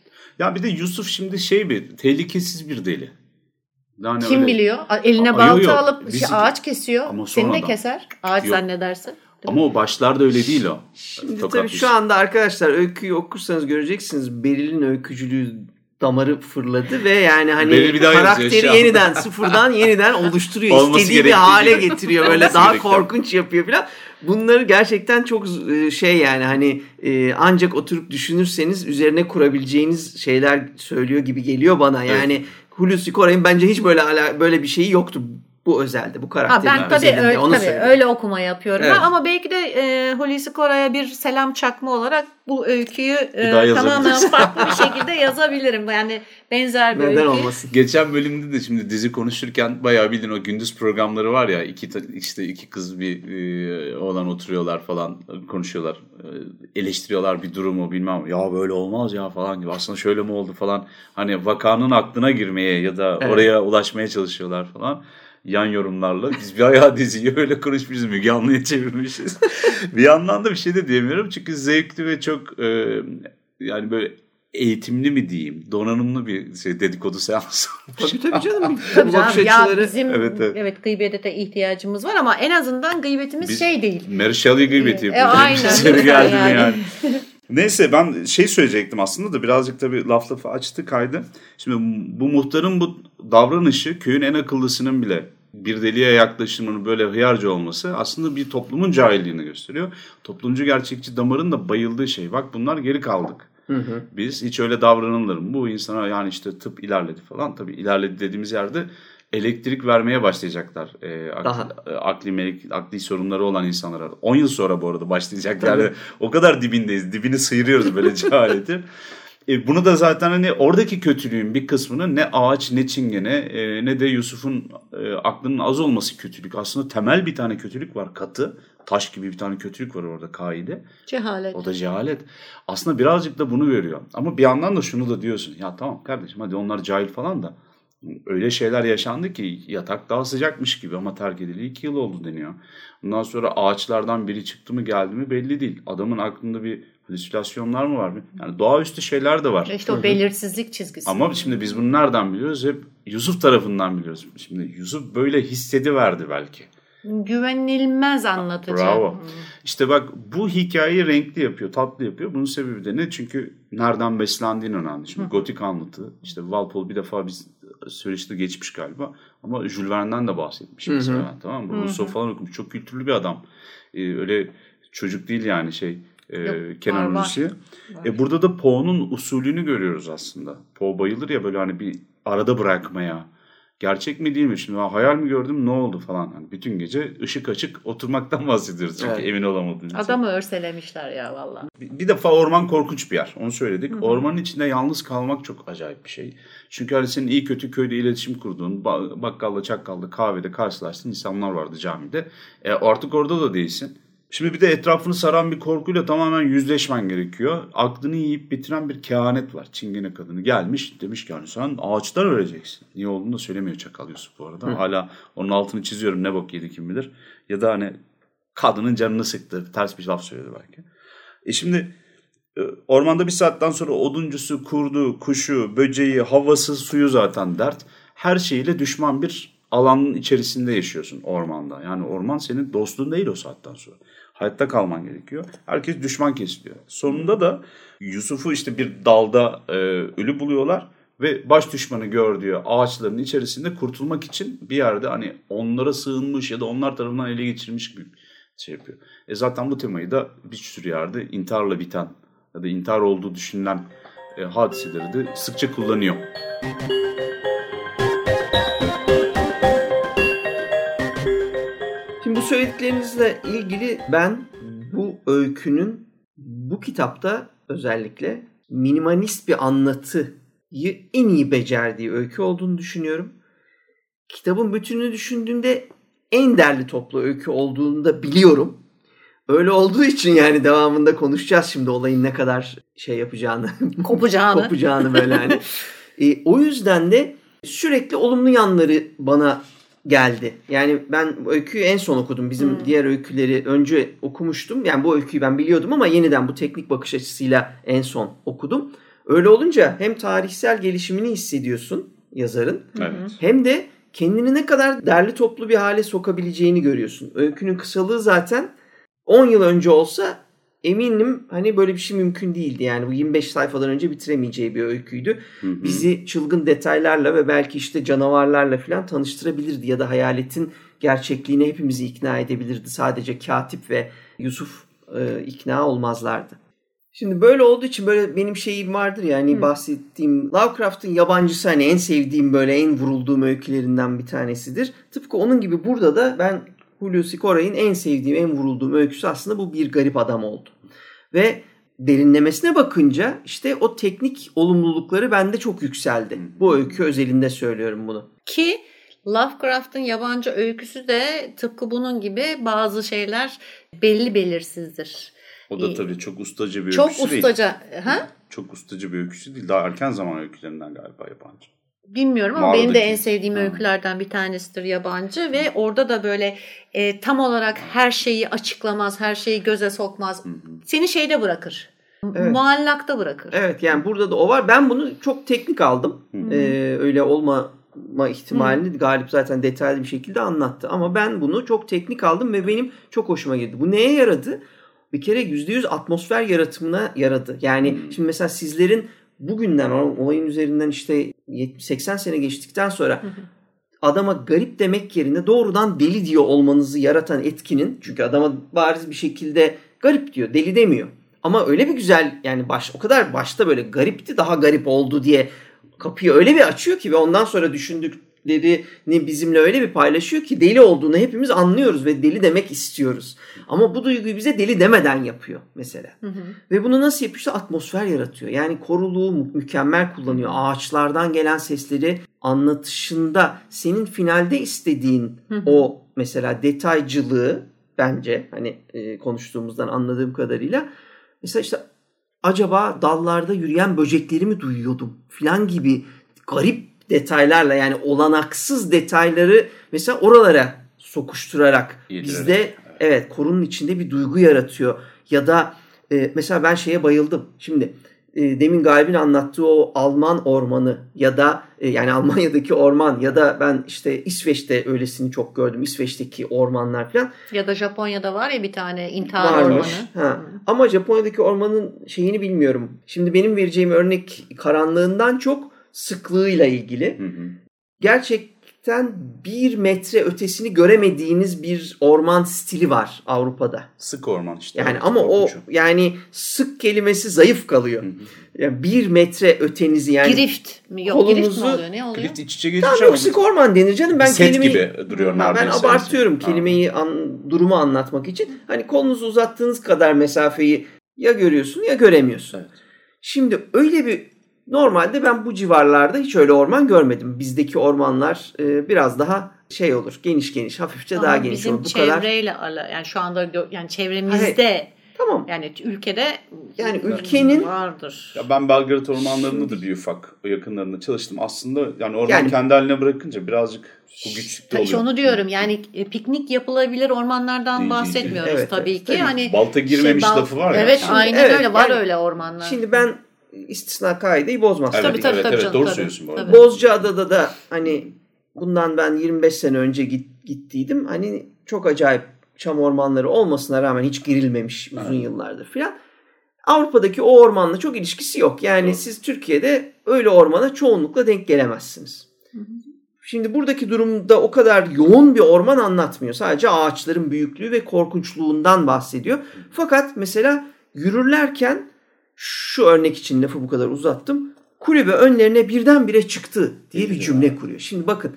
Ya bir de Yusuf şimdi şey bir tehlikesiz bir deli. Yani kim öyle... biliyor? Eline A- balta yok, alıp Bizi... ağaç kesiyor. Seni de keser. Ağaç yok. Zannedersin. Ama o başlarda öyle değil o. Şimdi Çok tabii şu anda arkadaşlar öyküyü okursanız göreceksiniz. Beril'in öykücülüğü damarı fırladı ve yani hani karakteri yeniden sıfırdan yeniden oluşturuyor. İstediği bir hale getiriyor. Böyle daha korkunç yapıyor falan. Bunları gerçekten çok şey yani hani ancak oturup düşünürseniz üzerine kurabileceğiniz şeyler söylüyor gibi geliyor bana. Yani evet. Hulusi Koray'ın bence hiç böyle böyle bir şeyi yoktu. Bu özelde, bu karakterin ha, ben tabii, özelinde. Öyle, Onu tabii öyle okuma yapıyorum. Evet. Ama belki de e, Hulusi Koray'a bir selam çakma olarak bu öyküyü e, tamamen farklı bir şekilde yazabilirim. Yani benzer bir Neden öykü. olmasın? Geçen bölümde de şimdi dizi konuşurken bayağı bildiğin o gündüz programları var ya, iki işte iki kız bir e, oğlan oturuyorlar falan konuşuyorlar. E, eleştiriyorlar bir durumu bilmem. Ya böyle olmaz ya falan gibi. Aslında şöyle mi oldu falan. Hani vakanın aklına girmeye ya da evet. oraya ulaşmaya çalışıyorlar falan. Yan yorumlarla. Biz bayağı diziyi öyle konuşmuşuz. Müge Anlı'ya çevirmişiz. Bir yandan da bir şey de diyemiyorum. Çünkü zevkli ve çok e, yani böyle eğitimli mi diyeyim, donanımlı bir şey, dedikodu seansı. Tabii tabii canım. Tabii canım. Ya bizim evet, evet. evet gıybete ihtiyacımız var ama en azından gıybetimiz Biz, şey değil. Mary Shelley gıybeti yapıyoruz. E, aynen. Geldim yani. yani. Neyse ben şey söyleyecektim aslında da birazcık tabii laf lafı açtı kaydı. Şimdi bu muhtarın bu davranışı köyün en akıllısının bile bir deliye yaklaşımının böyle hıyarca olması aslında bir toplumun cahilliğini gösteriyor. Toplumcu gerçekçi damarın da bayıldığı şey. Bak bunlar geri kaldık. Hı hı. Biz hiç öyle davranılır mı? Bu insana yani işte tıp ilerledi falan. Tabii ilerledi dediğimiz yerde elektrik vermeye başlayacaklar. E, akli, akli, melek, akli sorunları olan insanlara. on yıl sonra bu arada başlayacaklar. Yani o kadar dibindeyiz. Dibini sıyırıyoruz böyle cehaletin. E, bunu da zaten hani oradaki kötülüğün bir kısmını ne ağaç ne çingene e, ne de Yusuf'un e, aklının az olması kötülük. Aslında temel bir tane kötülük var, katı. Taş gibi bir tane kötülük var orada kaide. Cehalet. O da cehalet. Aslında birazcık da bunu veriyor. Ama bir yandan da şunu da diyorsun. Ya tamam kardeşim hadi onlar cahil falan da. Öyle şeyler yaşandı ki yatak daha sıcakmış gibi ama terk edildi iki yıl oldu deniyor. Ondan sonra ağaçlardan biri çıktı mı geldi mi belli değil. Adamın aklında bir halüsinasyonlar mı var? Yani doğaüstü şeyler de var. İşte o belirsizlik çizgisi. Ama şimdi biz bunu nereden biliyoruz? Hep Yusuf tarafından biliyoruz. Şimdi Yusuf böyle hissediverdi belki. Güvenilmez anlatıcı. Bravo. Hmm. İşte bak bu hikayeyi renkli yapıyor, tatlı yapıyor. Bunun sebebi de ne? Çünkü nereden beslendiğin önemli. Şimdi Hı. gotik anlatı. İşte Walpole bir defa biz söyleşte geçmiş galiba. Ama Jules Verne'den de bahsetmiş Hı-hı. mesela. Tamam mı? Rousseau falan okumuş. Çok kültürlü bir adam. Ee, öyle çocuk değil yani şey. E, Kenan Hulusi. E, burada da Poe'nun usulünü görüyoruz aslında. Poe bayılır ya böyle hani bir arada bırakmaya. Gerçek mi değil mi? Şimdi hayal mi gördüm ne oldu falan. Yani bütün gece ışık açık oturmaktan bahsediyoruz. Çünkü evet. emin olamadığım için. Adamı örselemişler ya valla. Bir, bir defa orman korkunç bir yer. Onu söyledik. Hı-hı. Ormanın içinde yalnız kalmak çok acayip bir şey. Çünkü hani senin iyi kötü köyde iletişim kurduğun, bakkalla çakkalda kahvede karşılaştığın insanlar vardı camide. E, artık orada da değilsin. Şimdi bir de etrafını saran bir korkuyla tamamen yüzleşmen gerekiyor. Aklını yiyip bitiren bir kehanet var. Çingene kadını gelmiş demiş ki yani sen ağaçtan öleceksin. Niye olduğunu da söylemiyor Çakal Yusuf bu arada. Hı. Hala onun altını çiziyorum ne bok yedi kim bilir. Ya da hani kadının canını sıktı. Ters bir laf söyledi belki. E şimdi ormanda bir saatten sonra oduncusu, kurdu, kuşu, böceği, havası, suyu zaten dert. Her şeyiyle düşman bir alanın içerisinde yaşıyorsun ormanda. Yani orman senin dostun değil o saatten sonra. Hayatta kalman gerekiyor. Herkes düşman kesiliyor. Sonunda da Yusuf'u işte bir dalda e, ölü buluyorlar ve baş düşmanı gördüğü ağaçların içerisinde kurtulmak için bir yerde hani onlara sığınmış ya da onlar tarafından ele geçirilmiş bir şey yapıyor. E zaten bu temayı da bir sürü yerde intiharla biten ya da intihar olduğu düşünülen e, hadiseleri de sıkça kullanıyor. Şimdi bu söylediklerinizle ilgili ben bu öykünün bu kitapta özellikle minimalist bir anlatıyı en iyi becerdiği öykü olduğunu düşünüyorum. Kitabın bütününü düşündüğümde en derli toplu öykü olduğunu da biliyorum. Öyle olduğu için yani devamında konuşacağız şimdi olayın ne kadar şey yapacağını. Kopacağını. kopacağını böyle hani. E, o yüzden de sürekli olumlu yanları bana geldi. Yani ben öyküyü en son okudum. Bizim hmm. diğer öyküleri önce okumuştum. Yani bu öyküyü ben biliyordum ama yeniden bu teknik bakış açısıyla en son okudum. Öyle olunca hem tarihsel gelişimini hissediyorsun yazarın. Evet. Hem de kendini ne kadar derli toplu bir hale sokabileceğini görüyorsun. Öykünün kısalığı zaten on yıl önce olsa eminim hani böyle bir şey mümkün değildi. Yani bu yirmi beş sayfadan önce bitiremeyeceği bir öyküydü. Hı hı. Bizi çılgın detaylarla ve belki işte canavarlarla falan tanıştırabilirdi. Ya da hayaletin gerçekliğine hepimizi ikna edebilirdi. Sadece Katip ve Yusuf e, ikna olmazlardı. Şimdi böyle olduğu için böyle benim şeyim vardır yani hmm. bahsettiğim Lovecraft'ın Yabancısı hani en sevdiğim böyle en vurulduğum öykülerinden bir tanesidir. Tıpkı onun gibi burada da ben Hulusi Coray'ın en sevdiğim, en vurulduğum öyküsü aslında bu bir garip adam oldu. Ve derinlemesine bakınca işte o teknik olumlulukları bende çok yükseldi. Hmm. Bu öykü özelinde söylüyorum bunu. Ki Lovecraft'ın Yabancı öyküsü de tıpkı bunun gibi bazı şeyler belli belirsizdir. O da tabii çok ustaca bir çok öyküsü değil. Çok ustaca. Ha? Çok ustaca bir öyküsü değil. Daha erken zaman öykülerinden galiba Yabancı. Bilmiyorum ama Mağaradaki, benim de en sevdiğim ha. öykülerden bir tanesidir Yabancı. Ve orada da böyle e, tam olarak her şeyi açıklamaz, her şeyi göze sokmaz. Hı hı. Seni şeyde bırakır. Evet. Muallakta bırakır. Evet yani burada da o var. Ben bunu çok teknik aldım. Ee, öyle olma ihtimalini hmm. Galip zaten detaylı bir şekilde anlattı. Ama ben bunu çok teknik aldım ve benim çok hoşuma gitti. Bu neye yaradı? Bir kere yüzde yüz atmosfer yaratımına yaradı. Yani hmm. şimdi mesela sizlerin bugünden olayın üzerinden işte seksen sene geçtikten sonra hmm. adama garip demek yerine doğrudan deli diyor olmanızı yaratan etkinin, çünkü adama bariz bir şekilde garip diyor, deli demiyor. Ama öyle bir güzel yani baş o kadar başta böyle garipti, daha garip oldu diye kapıyı öyle bir açıyor ki ve ondan sonra düşündüklerini bizimle öyle bir paylaşıyor ki deli olduğunu hepimiz anlıyoruz ve deli demek istiyoruz. Ama bu duyguyu bize deli demeden yapıyor mesela. Hı hı. Ve bunu nasıl yapıyorsa atmosfer yaratıyor. Yani koruluğu mükemmel kullanıyor. Ağaçlardan gelen sesleri anlatışında senin finalde istediğin hı hı. o mesela detaycılığı bence hani e, konuştuğumuzdan anladığım kadarıyla mesela işte acaba dallarda yürüyen böcekleri mi duyuyordum filan gibi garip detaylarla yani olanaksız detayları mesela oralara sokuşturarak İyidir, bizde evet. evet korunun içinde bir duygu yaratıyor. Ya da e, mesela ben şeye bayıldım. Şimdi e, demin Galip'in anlattığı o Alman ormanı ya da e, yani Almanya'daki orman ya da ben işte İsveç'te öylesini çok gördüm. İsveç'teki ormanlar falan. Ya da Japonya'da var ya bir tane intihar ormanı. Ha. Ama Japonya'daki ormanın şeyini bilmiyorum. Şimdi benim vereceğim örnek karanlığından çok sıklığıyla ilgili. Hı hı. Gerçekten bir metre ötesini göremediğiniz bir orman stili var Avrupa'da. Sık orman işte. Yani evet, ama korkunç. O yani sık kelimesi zayıf kalıyor. Hı hı. Yani bir metre ötenizi yani. Grift. Yok, grift mi oluyor? Ne oluyor? Grift iç içe geçiyor. Tamam, sık orman denir canım. Ben set kelimeyi, gibi duruyor ben abartıyorum ha. kelimeyi an, durumu anlatmak için. Hani kolunuzu uzattığınız kadar mesafeyi ya görüyorsun ya göremiyorsun. Evet. Şimdi öyle bir normalde ben bu civarlarda hiç öyle orman görmedim. Bizdeki ormanlar e, biraz daha şey olur. Geniş geniş, hafifçe ama daha geniş olur. Bu bizim çevreyle kadar... yani şu anda yani çevremizde evet. Tamam. Yani ülkede yani ülkenin vardır. Ya ben Belgrad ormanlarında da bir ufak o yakınlarında çalıştım. Aslında yani orman yani, kendi haline bırakınca birazcık bu güçlükte oluyor. İşte onu diyorum. Yani piknik yapılabilir ormanlardan değil, bahsetmiyoruz değil. tabii evet, ki. Tabii. Hani balta girmemiş şey, bal... lafı var ya. Evet, şimdi, aynen evet, öyle var yani, öyle ormanlar. Şimdi ben istisna kaideyi bozmaz. Evet, tabii tabii evet, tabii. evet canım, doğru tabii. söylüyorsun bu arada. Bozcaada'da da hani bundan ben yirmi beş sene önce git, gittiydim. Hani çok acayip çam ormanları olmasına rağmen hiç girilmemiş uzun evet. yıllardır filan. Avrupa'daki o ormanla çok ilişkisi yok. Yani evet. siz Türkiye'de öyle ormana çoğunlukla denk gelemezsiniz. Hı hı. Şimdi buradaki durumda o kadar yoğun bir orman anlatmıyor. Sadece ağaçların büyüklüğü ve korkunçluğundan bahsediyor. Fakat mesela yürürlerken şu örnek için lafı bu kadar uzattım. Kulübe önlerine birdenbire çıktı diye bir cümle kuruyor. Şimdi bakın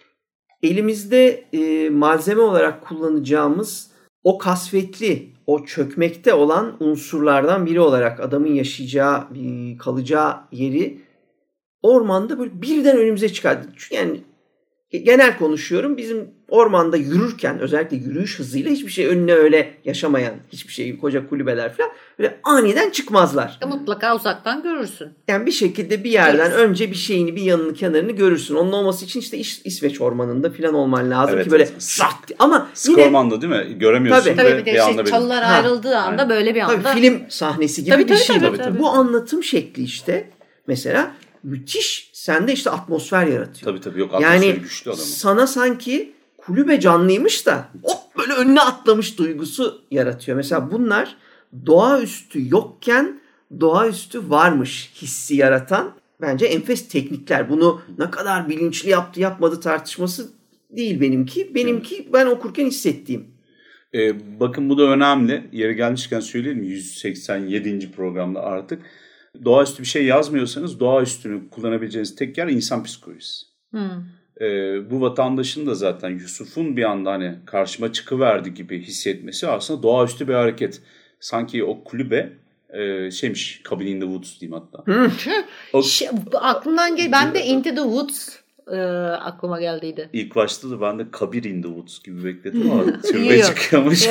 elimizde e, malzeme olarak kullanacağımız o kasvetli, o çökmekte olan unsurlardan biri olarak adamın yaşayacağı, kalacağı yeri ormanda böyle birden önümüze çıkardı. Çünkü yani genel konuşuyorum. Bizim ormanda yürürken özellikle yürüyüş hızıyla hiçbir şey önüne öyle yaşamayan hiçbir şey koca kulübeler falan böyle aniden çıkmazlar. Ya mutlaka uzaktan görürsün. Yani bir şekilde bir yerden evet. önce bir şeyini bir yanını kenarını görürsün. Onun olması için işte İs- İsveç ormanında falan olman lazım evet, ki böyle evet. şak ama Sık yine ormanda değil mi? Göremiyorsun tabii, ve tabii, bir anda şey, çalılar benim. ayrıldığı anda Aynen. böyle bir anda. Tabii film sahnesi gibi tabii, bir tabii, şey. Tabii, tabii. Bu anlatım şekli işte mesela müthiş sende işte atmosfer yaratıyor. Tabii tabii yok atmosferi yani güçlü adamın. Sana sanki kulübe canlıymış da hop böyle önüne atlamış duygusu yaratıyor. Mesela bunlar doğaüstü yokken doğaüstü varmış hissi yaratan bence enfes teknikler. Bunu ne kadar bilinçli yaptı yapmadı tartışması değil benimki. Benimki ben okurken hissettiğim. Ee, bakın bu da önemli. Yeri gelmişken söyleyeyim mi? yüz seksen yedinci programda artık. Doğaüstü bir şey yazmıyorsanız doğaüstünü kullanabileceğiniz tek yer insan psikolojisi. Hmm. Ee, bu vatandaşın da zaten Yusuf'un bir anda hani karşıma çıkıverdi gibi hissetmesi aslında doğaüstü bir hareket. Sanki o kulübe e, şeymiş, Cabin in the Woods diyeyim hatta. o, şey, aklımdan gel. Ben de Into the Woods e, aklıma geldiydi. İlk başta da ben de Kabir in the Woods gibi bekledim ama türbe çıkıyormuş.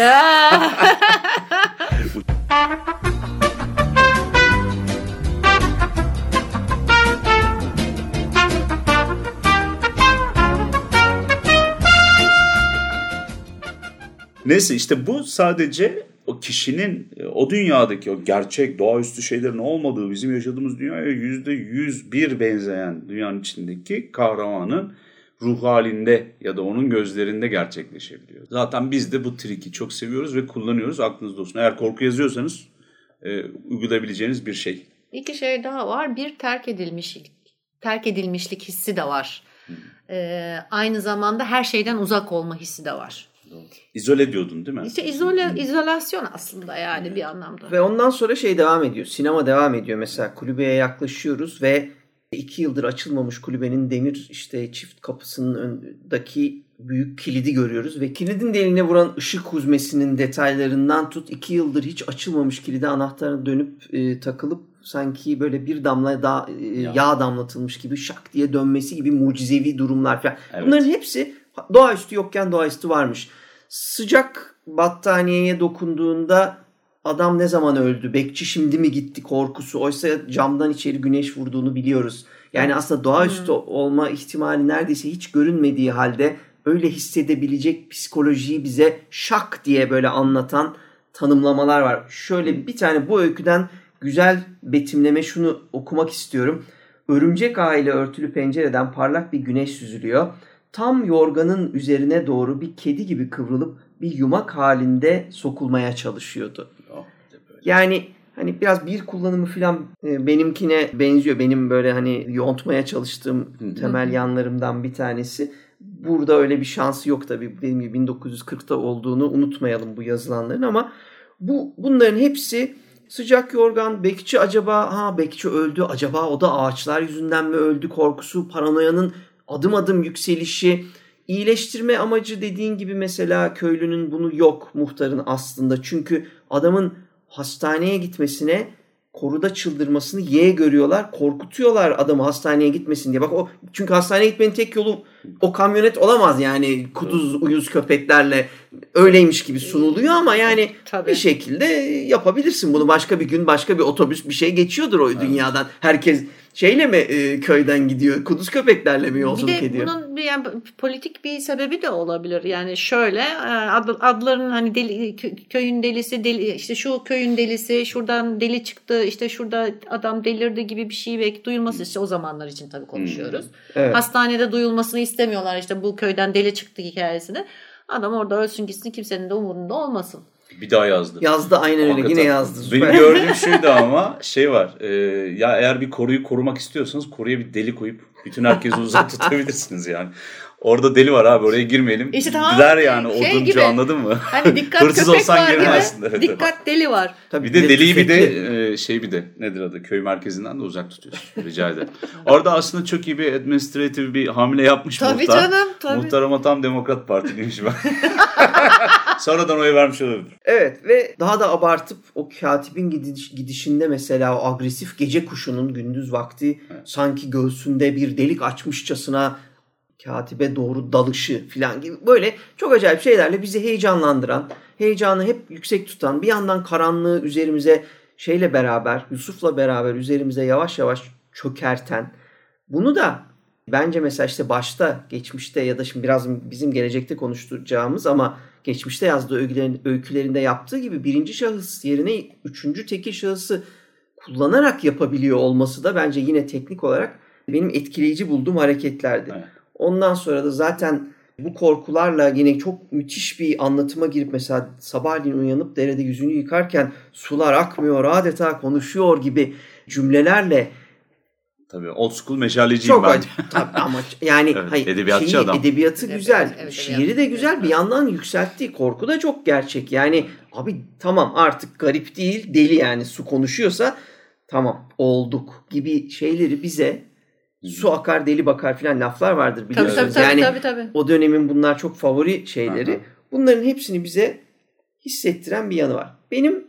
Neyse işte bu sadece o kişinin o dünyadaki o gerçek doğaüstü şeylerin olmadığı bizim yaşadığımız dünyaya yüzde yüz bir benzeyen dünyanın içindeki kahramanın ruh halinde ya da onun gözlerinde gerçekleşebiliyor. Zaten biz de bu triki çok seviyoruz ve kullanıyoruz. Aklınızda olsun. Eğer korku yazıyorsanız e, uygulayabileceğiniz bir şey. İki şey daha var. Bir terk edilmişlik. Terk edilmişlik hissi de var. Hmm. Ee, aynı zamanda her şeyden uzak olma hissi de var. İzole diyordun değil mi? İşte izole, izolasyon aslında yani evet. bir anlamda. Ve ondan sonra şey devam ediyor. Sinema devam ediyor. Mesela kulübeye yaklaşıyoruz ve iki yıldır açılmamış kulübenin demir işte çift kapısının önündeki büyük kilidi görüyoruz. Ve kilidin de eline vuran ışık huzmesinin detaylarından tut iki yıldır hiç açılmamış kilide anahtarın dönüp e, takılıp sanki böyle bir damla da, e, ya. yağ damlatılmış gibi şak diye dönmesi gibi mucizevi durumlar falan. Evet. Bunların hepsi doğaüstü yokken doğaüstü varmış. Sıcak battaniyeye dokunduğunda adam ne zaman öldü? Bekçi şimdi mi gitti korkusu? Oysa camdan içeri güneş vurduğunu biliyoruz. Yani evet. aslında doğaüstü hmm. olma ihtimali neredeyse hiç görünmediği halde öyle hissedebilecek psikolojiyi bize şak diye böyle anlatan tanımlamalar var. Şöyle bir tane bu öyküden güzel betimleme şunu okumak istiyorum. Örümcek ağıyla örtülü pencereden parlak bir güneş süzülüyor. Tam yorganın üzerine doğru bir kedi gibi kıvrılıp bir yumak halinde sokulmaya çalışıyordu. Oh, yani hani biraz bir kullanımı falan benimkine benziyor. Benim böyle hani yontmaya çalıştığım temel yanlarımdan bir tanesi. Burada öyle bir şansı yok tabii. Dediğim gibi bin dokuz yüz kırkta olduğunu unutmayalım bu yazılanların ama bu bunların hepsi sıcak yorgan, bekçi acaba ha bekçi öldü acaba o da ağaçlar yüzünden mi öldü korkusu, paranoyanın adım adım yükselişi, iyileştirme amacı dediğin gibi mesela köylünün bunu yok muhtarın aslında. Çünkü adamın hastaneye gitmesine, koruda çıldırmasını yeğe görüyorlar. Korkutuyorlar adamı hastaneye gitmesin diye. Bak o çünkü hastaneye gitmenin tek yolu o kamyonet olamaz yani kuduz uyuz köpeklerle öyleymiş gibi sunuluyor ama yani Tabii. bir şekilde yapabilirsin bunu. Başka bir gün başka bir otobüs bir şey geçiyordur o evet. dünyadan. Herkes şeyle mi e, köyden gidiyor? Kuduz köpeklerle mi yolculuk ediyor? Bir de ediyor? Bunun bir, yani, politik bir sebebi de olabilir. Yani şöyle ad, adların hani deli, köyün delisi, deli, işte şu köyün delisi, şuradan deli çıktı, işte şurada adam delirdi gibi bir şey belki duyulması işte o zamanlar için tabii konuşuyoruz. Evet. Hastanede duyulmasını istemiyorlar işte bu köyden deli çıktı hikayesini. Adam orada ölsün gitsin, kimsenin de umurunda olmasın. Bir daha yazdı. Yazdı aynen öyle. Hakikaten. Yine yazdı. Süper. Benim gördüğüm şuydu ama şey var. E, ya eğer bir koruyu korumak istiyorsanız koruya bir deli koyup bütün herkesi uzak tutabilirsiniz yani. Orada deli var abi, oraya girmeyelim. İşte tamam, der yani şey oduncu gibi, anladın mı? Hani dikkat hırsız olsan girmezsin. Evet, dikkat deli var. Tabii bir de deliyi bir de şey bir de nedir adı, köy merkezinden de uzak tutuyorsun. Rica ederim. Orada aslında çok iyi bir administratif bir hamle yapmış tabii muhtar. Tabii canım. Tabii. Muhtar ama tam Demokrat Partiliymiş ben. Sonradan oy vermiş olabilir. Evet ve daha da abartıp o katibin gidiş, gidişinde mesela o agresif gece kuşunun gündüz vakti evet. sanki göğsünde bir delik açmışçasına katibe doğru dalışı falan gibi böyle çok acayip şeylerle bizi heyecanlandıran, heyecanı hep yüksek tutan, bir yandan karanlığı üzerimize şeyle beraber, Yusuf'la beraber üzerimize yavaş yavaş çökerten, bunu da bence mesela işte başta, geçmişte ya da şimdi biraz bizim gelecekte konuşturacağımız ama geçmişte yazdığı öykülerin, öykülerinde yaptığı gibi birinci şahıs yerine üçüncü tekil şahısı kullanarak yapabiliyor olması da bence yine teknik olarak benim etkileyici bulduğum hareketlerdi. Evet. Ondan sonra da zaten bu korkularla yine çok müthiş bir anlatıma girip mesela sabahleyin uyanıp derede yüzünü yıkarken sular akmıyor, adeta konuşuyor gibi cümlelerle. Tabii old school meşaleciyim çok ben. Tabii ama yani evet, hayır, edebiyatçı şeyi, adam. Edebiyatı evet, güzel, evet, evet, şiiri de güzel, bir yandan yükselttiği korku da çok gerçek. Yani abi tamam artık garip değil, deli yani su konuşuyorsa tamam olduk gibi şeyleri bize su akar deli bakar filan laflar vardır biliyorsunuz. Tabii, tabii, yani tabii, tabii. O dönemin bunlar çok favori şeyleri. Hı hı. Bunların hepsini bize hissettiren bir yanı var. Benim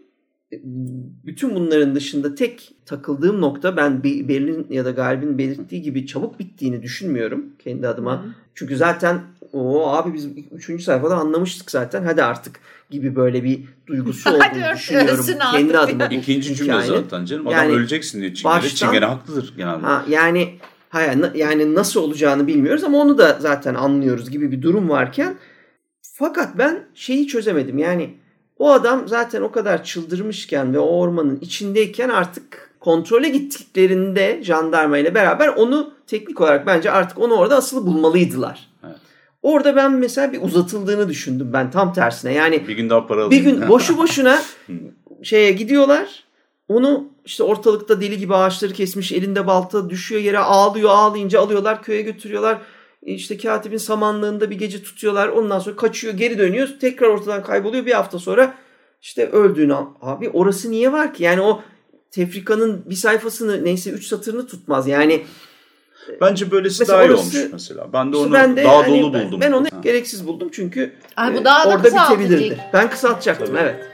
bütün bunların dışında tek takıldığım nokta, ben Berlin ya da Galip'in belirttiği gibi çabuk bittiğini düşünmüyorum kendi adıma. Hı hı. Çünkü zaten o abi biz üçüncü sayfada anlamıştık zaten, hadi artık gibi böyle bir duygusu olduğunu düşünüyorum kendi adıma. İkinci cümle zaten canım. Adam yani, öleceksin diye Çingene. Çingene haklıdır genelde. Ha, yani hayır, yani nasıl olacağını bilmiyoruz ama onu da zaten anlıyoruz gibi bir durum varken, fakat ben şeyi çözemedim. Yani o adam zaten o kadar çıldırmışken ve o ormanın içindeyken artık kontrole gittiklerinde jandarma ile beraber onu teknik olarak bence artık onu orada asılı bulmalıydılar. Evet. Orada ben mesela bir uzatıldığını düşündüm ben tam tersine. Yani bir gün daha para alayım. Bir gün boşu boşuna şeye gidiyorlar. Onu işte ortalıkta deli gibi ağaçları kesmiş, elinde balta, düşüyor yere, ağlıyor, ağlayınca alıyorlar köye götürüyorlar. İşte katibin samanlığında bir gece tutuyorlar. Ondan sonra kaçıyor, geri dönüyor. Tekrar ortadan kayboluyor. Bir hafta sonra işte öldüğünü. Abi orası niye var ki? Yani o tefrikanın bir sayfasını, neyse üç satırını tutmaz. Yani bence böylesi daha iyi olmuş mesela. Ben de onu ben de, daha yani, dolu buldum. Ben onu ha. gereksiz buldum çünkü Ay, bu daha e, orada bitebilirdi. Ben kısaltacaktım. Tabii. Evet.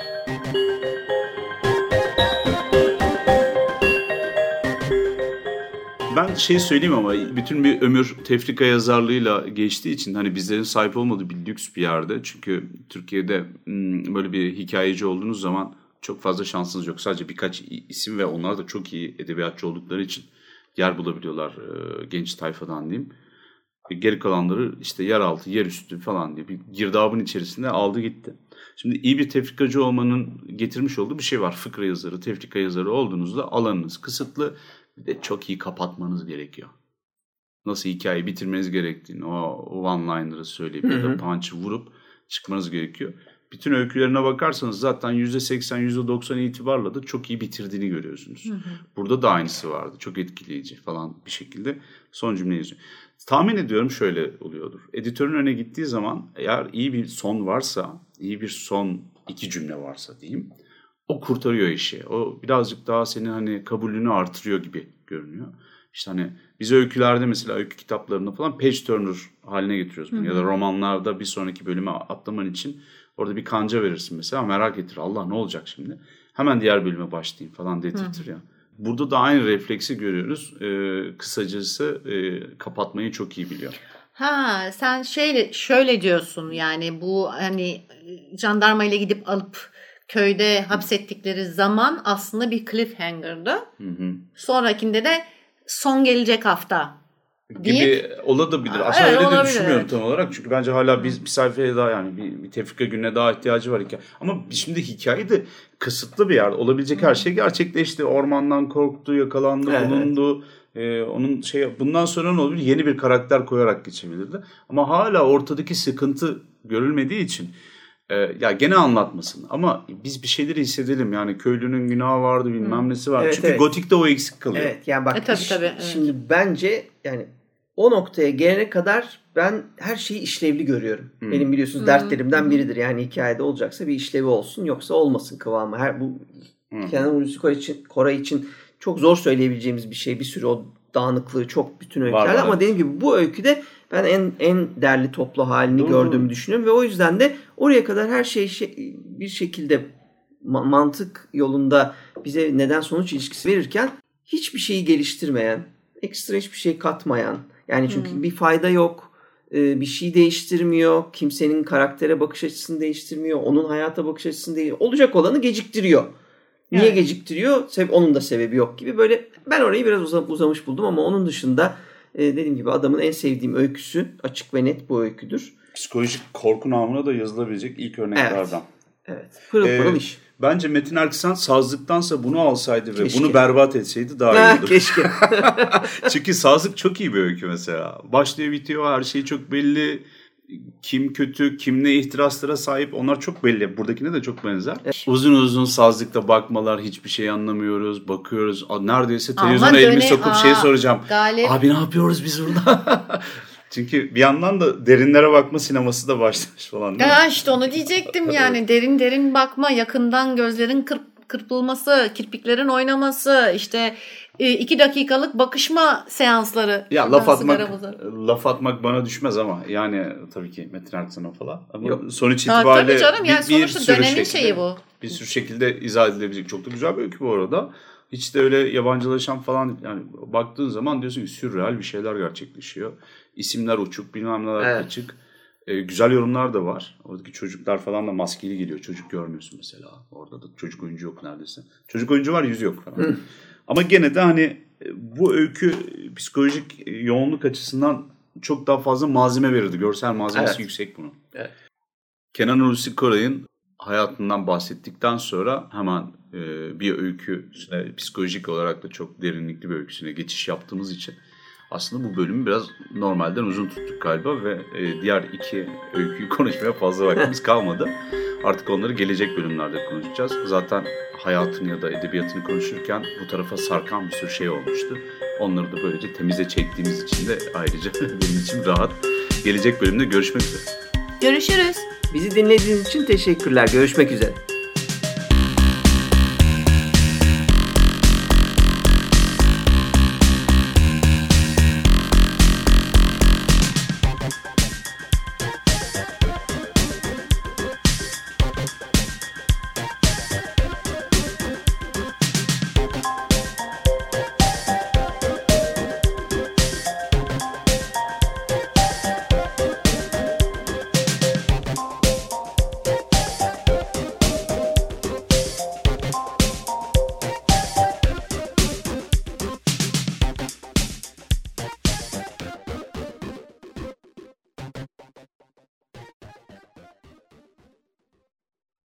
Ben şey söyleyeyim ama bütün bir ömür tefrika yazarlığıyla geçtiği için hani bizlerin sahip olmadığı bir lüks bir yerde. Çünkü Türkiye'de böyle bir hikayeci olduğunuz zaman çok fazla şansınız yok. Sadece birkaç isim ve onlar da çok iyi edebiyatçı oldukları için yer bulabiliyorlar genç tayfadan diyeyim. Geri kalanları işte yeraltı, yerüstü falan diye bir girdabın içerisinde aldı gitti. Şimdi iyi bir tefrikacı olmanın getirmiş olduğu bir şey var. Fıkra yazarı, tefrika yazarı olduğunuzda alanınız kısıtlı. Bir de çok iyi kapatmanız gerekiyor. Nasıl hikayeyi bitirmeniz gerektiğini, o one-liner'ı söyleyip ya da punch'ı vurup çıkmanız gerekiyor. Bütün öykülerine bakarsanız zaten yüzde seksen yüzde doksan itibarla da çok iyi bitirdiğini görüyorsunuz. Hı hı. Burada da aynısı vardı. Çok etkileyici falan bir şekilde son cümleyi yazıyor. Tahmin ediyorum şöyle oluyordur. Editörün öne gittiği zaman eğer iyi bir son varsa, iyi bir son iki cümle varsa diyeyim, o kurtarıyor işi. O birazcık daha senin hani kabulünü artırıyor gibi görünüyor. İşte hani biz öykülerde mesela öykü kitaplarında falan page turner haline getiriyoruz bunu. Hı hı. Ya da romanlarda bir sonraki bölüme atlaman için orada bir kanca verirsin mesela, merak ettir. Allah ne olacak şimdi? Hemen diğer bölüme başlayayım falan dedirtir ya. Burada da aynı refleksi görüyoruz. Ee, kısacası e, kapatmayı çok iyi biliyor. Ha, sen şeyle şöyle diyorsun yani bu hani jandarma ile gidip alıp köyde hapsettikleri zaman aslında bir cliffhanger'dı. Hı hı. Sonrakinde de son gelecek hafta gibi deyip, olabilir. Aslında evet, öyle de olabilir, düşünmüyorum evet. Tam olarak. Çünkü bence hala biz bir sayfaya daha yani bir, bir tefrika gününe daha ihtiyacı var. Ama şimdi hikaye de kısıtlı bir yer. Olabilecek her şey gerçekleşti. Ormandan korktu, yakalandı, evet. bulundu. Ee, onun şey bundan sonra ne olabilir? Yeni bir karakter koyarak geçebilirdi. Ama hala ortadaki sıkıntı görülmediği için e, ya gene anlatmasın. Ama biz bir şeyleri hissedelim. Yani köylünün günahı vardı, bilmem hmm. nesi var. Evet, Çünkü evet. Gotik'te o eksik kalıyor. Evet, yani bak e, tabii, tabii, evet. Şimdi bence yani o noktaya gelene kadar ben her şeyi işlevli görüyorum. Hmm. Benim biliyorsunuz hmm. dertlerimden biridir. Yani hikayede olacaksa bir işlevi olsun, yoksa olmasın kıvamı. Her bu hmm. Kenan Hulusi Koray için, Koray için çok zor söyleyebileceğimiz bir şey. Bir sürü o dağınıklığı çok bütün öykülerde, ama dediğim gibi bu öyküde ben en en derli toplu halini Doğru. gördüğümü düşünüyorum ve o yüzden de oraya kadar her şey, şey bir şekilde ma- mantık yolunda bize neden sonuç ilişkisi verirken hiçbir şeyi geliştirmeyen, ekstra hiçbir şey katmayan, yani çünkü hmm. bir fayda yok, bir şey değiştirmiyor, kimsenin karaktere bakış açısını değiştirmiyor, onun hayata bakış açısını değiştirmiyor, olacak olanı geciktiriyor. Niye evet. geciktiriyor? Onun da sebebi yok gibi. Böyle ben orayı biraz uzamış buldum, ama onun dışında dediğim gibi adamın en sevdiğim öyküsü açık ve net bu öyküdür. Psikolojik korku namına da yazılabilecek ilk örneklerden. Evet. evet. Pırıl ee, pırıl iş. Bence Metin Erksan sazlıktansa bunu alsaydı ve keşke. bunu berbat etseydi daha iyi olurdu. Keşke. Çünkü sazlık çok iyi bir öykü mesela. Başlıyor bitiyor, her şey çok belli. Kim kötü, kim ne ihtiraslara sahip, onlar çok belli. Buradakine de çok benzer. Evet. Uzun uzun sazlıkta bakmalar, hiçbir şey anlamıyoruz, bakıyoruz. Neredeyse televizyona elimi sokup şey soracağım. Galip. Abi ne yapıyoruz biz burada? Çünkü bir yandan da derinlere bakma sineması da başlamış falan. Ya işte onu diyecektim yani. Derin derin bakma, yakından gözlerin kırp, kırpılması, kirpiklerin oynaması, işte iki dakikalık bakışma seansları. Ya laf atmak, laf atmak bana düşmez ama yani tabii ki Metin Erksan'a falan. Ama Yok. sonuç itibariyle tabii canım, yani bir, bir sonuçta dönemin şekilde, şeyi bu. Bir sürü şekilde izah edilebilecek çok da güzel bir öykü bu arada. Hiç de öyle yabancılaşan falan, yani baktığın zaman diyorsun ki sürreal bir şeyler gerçekleşiyor. İsimler uçuk, bilmem neler evet. açık. Ee, güzel yorumlar da var. Oradaki çocuklar falan da maskeli geliyor. Çocuk görmüyorsun mesela. Orada da çocuk oyuncu yok neredeyse. Çocuk oyuncu var, yüz yok falan. Ama gene de hani bu öykü psikolojik yoğunluk açısından çok daha fazla malzeme verirdi. Görsel malzemesi evet. yüksek bunun. Evet. Kenan Hulusi Koray'ın hayatından bahsettikten sonra hemen e, bir öyküsüne, psikolojik olarak da çok derinlikli bir öyküsüne geçiş yaptığımız için aslında bu bölümü biraz normalden uzun tuttuk galiba ve e, diğer iki öyküyü konuşmaya fazla vaktimiz kalmadı. Artık onları gelecek bölümlerde konuşacağız. Zaten hayatını ya da edebiyatını konuşurken bu tarafa sarkan bir sürü şey olmuştu. Onları da böylece temize çektiğimiz için de ayrıca benim için rahat. Gelecek bölümde görüşmek üzere. Görüşürüz. Bizi dinlediğiniz için teşekkürler. Görüşmek üzere.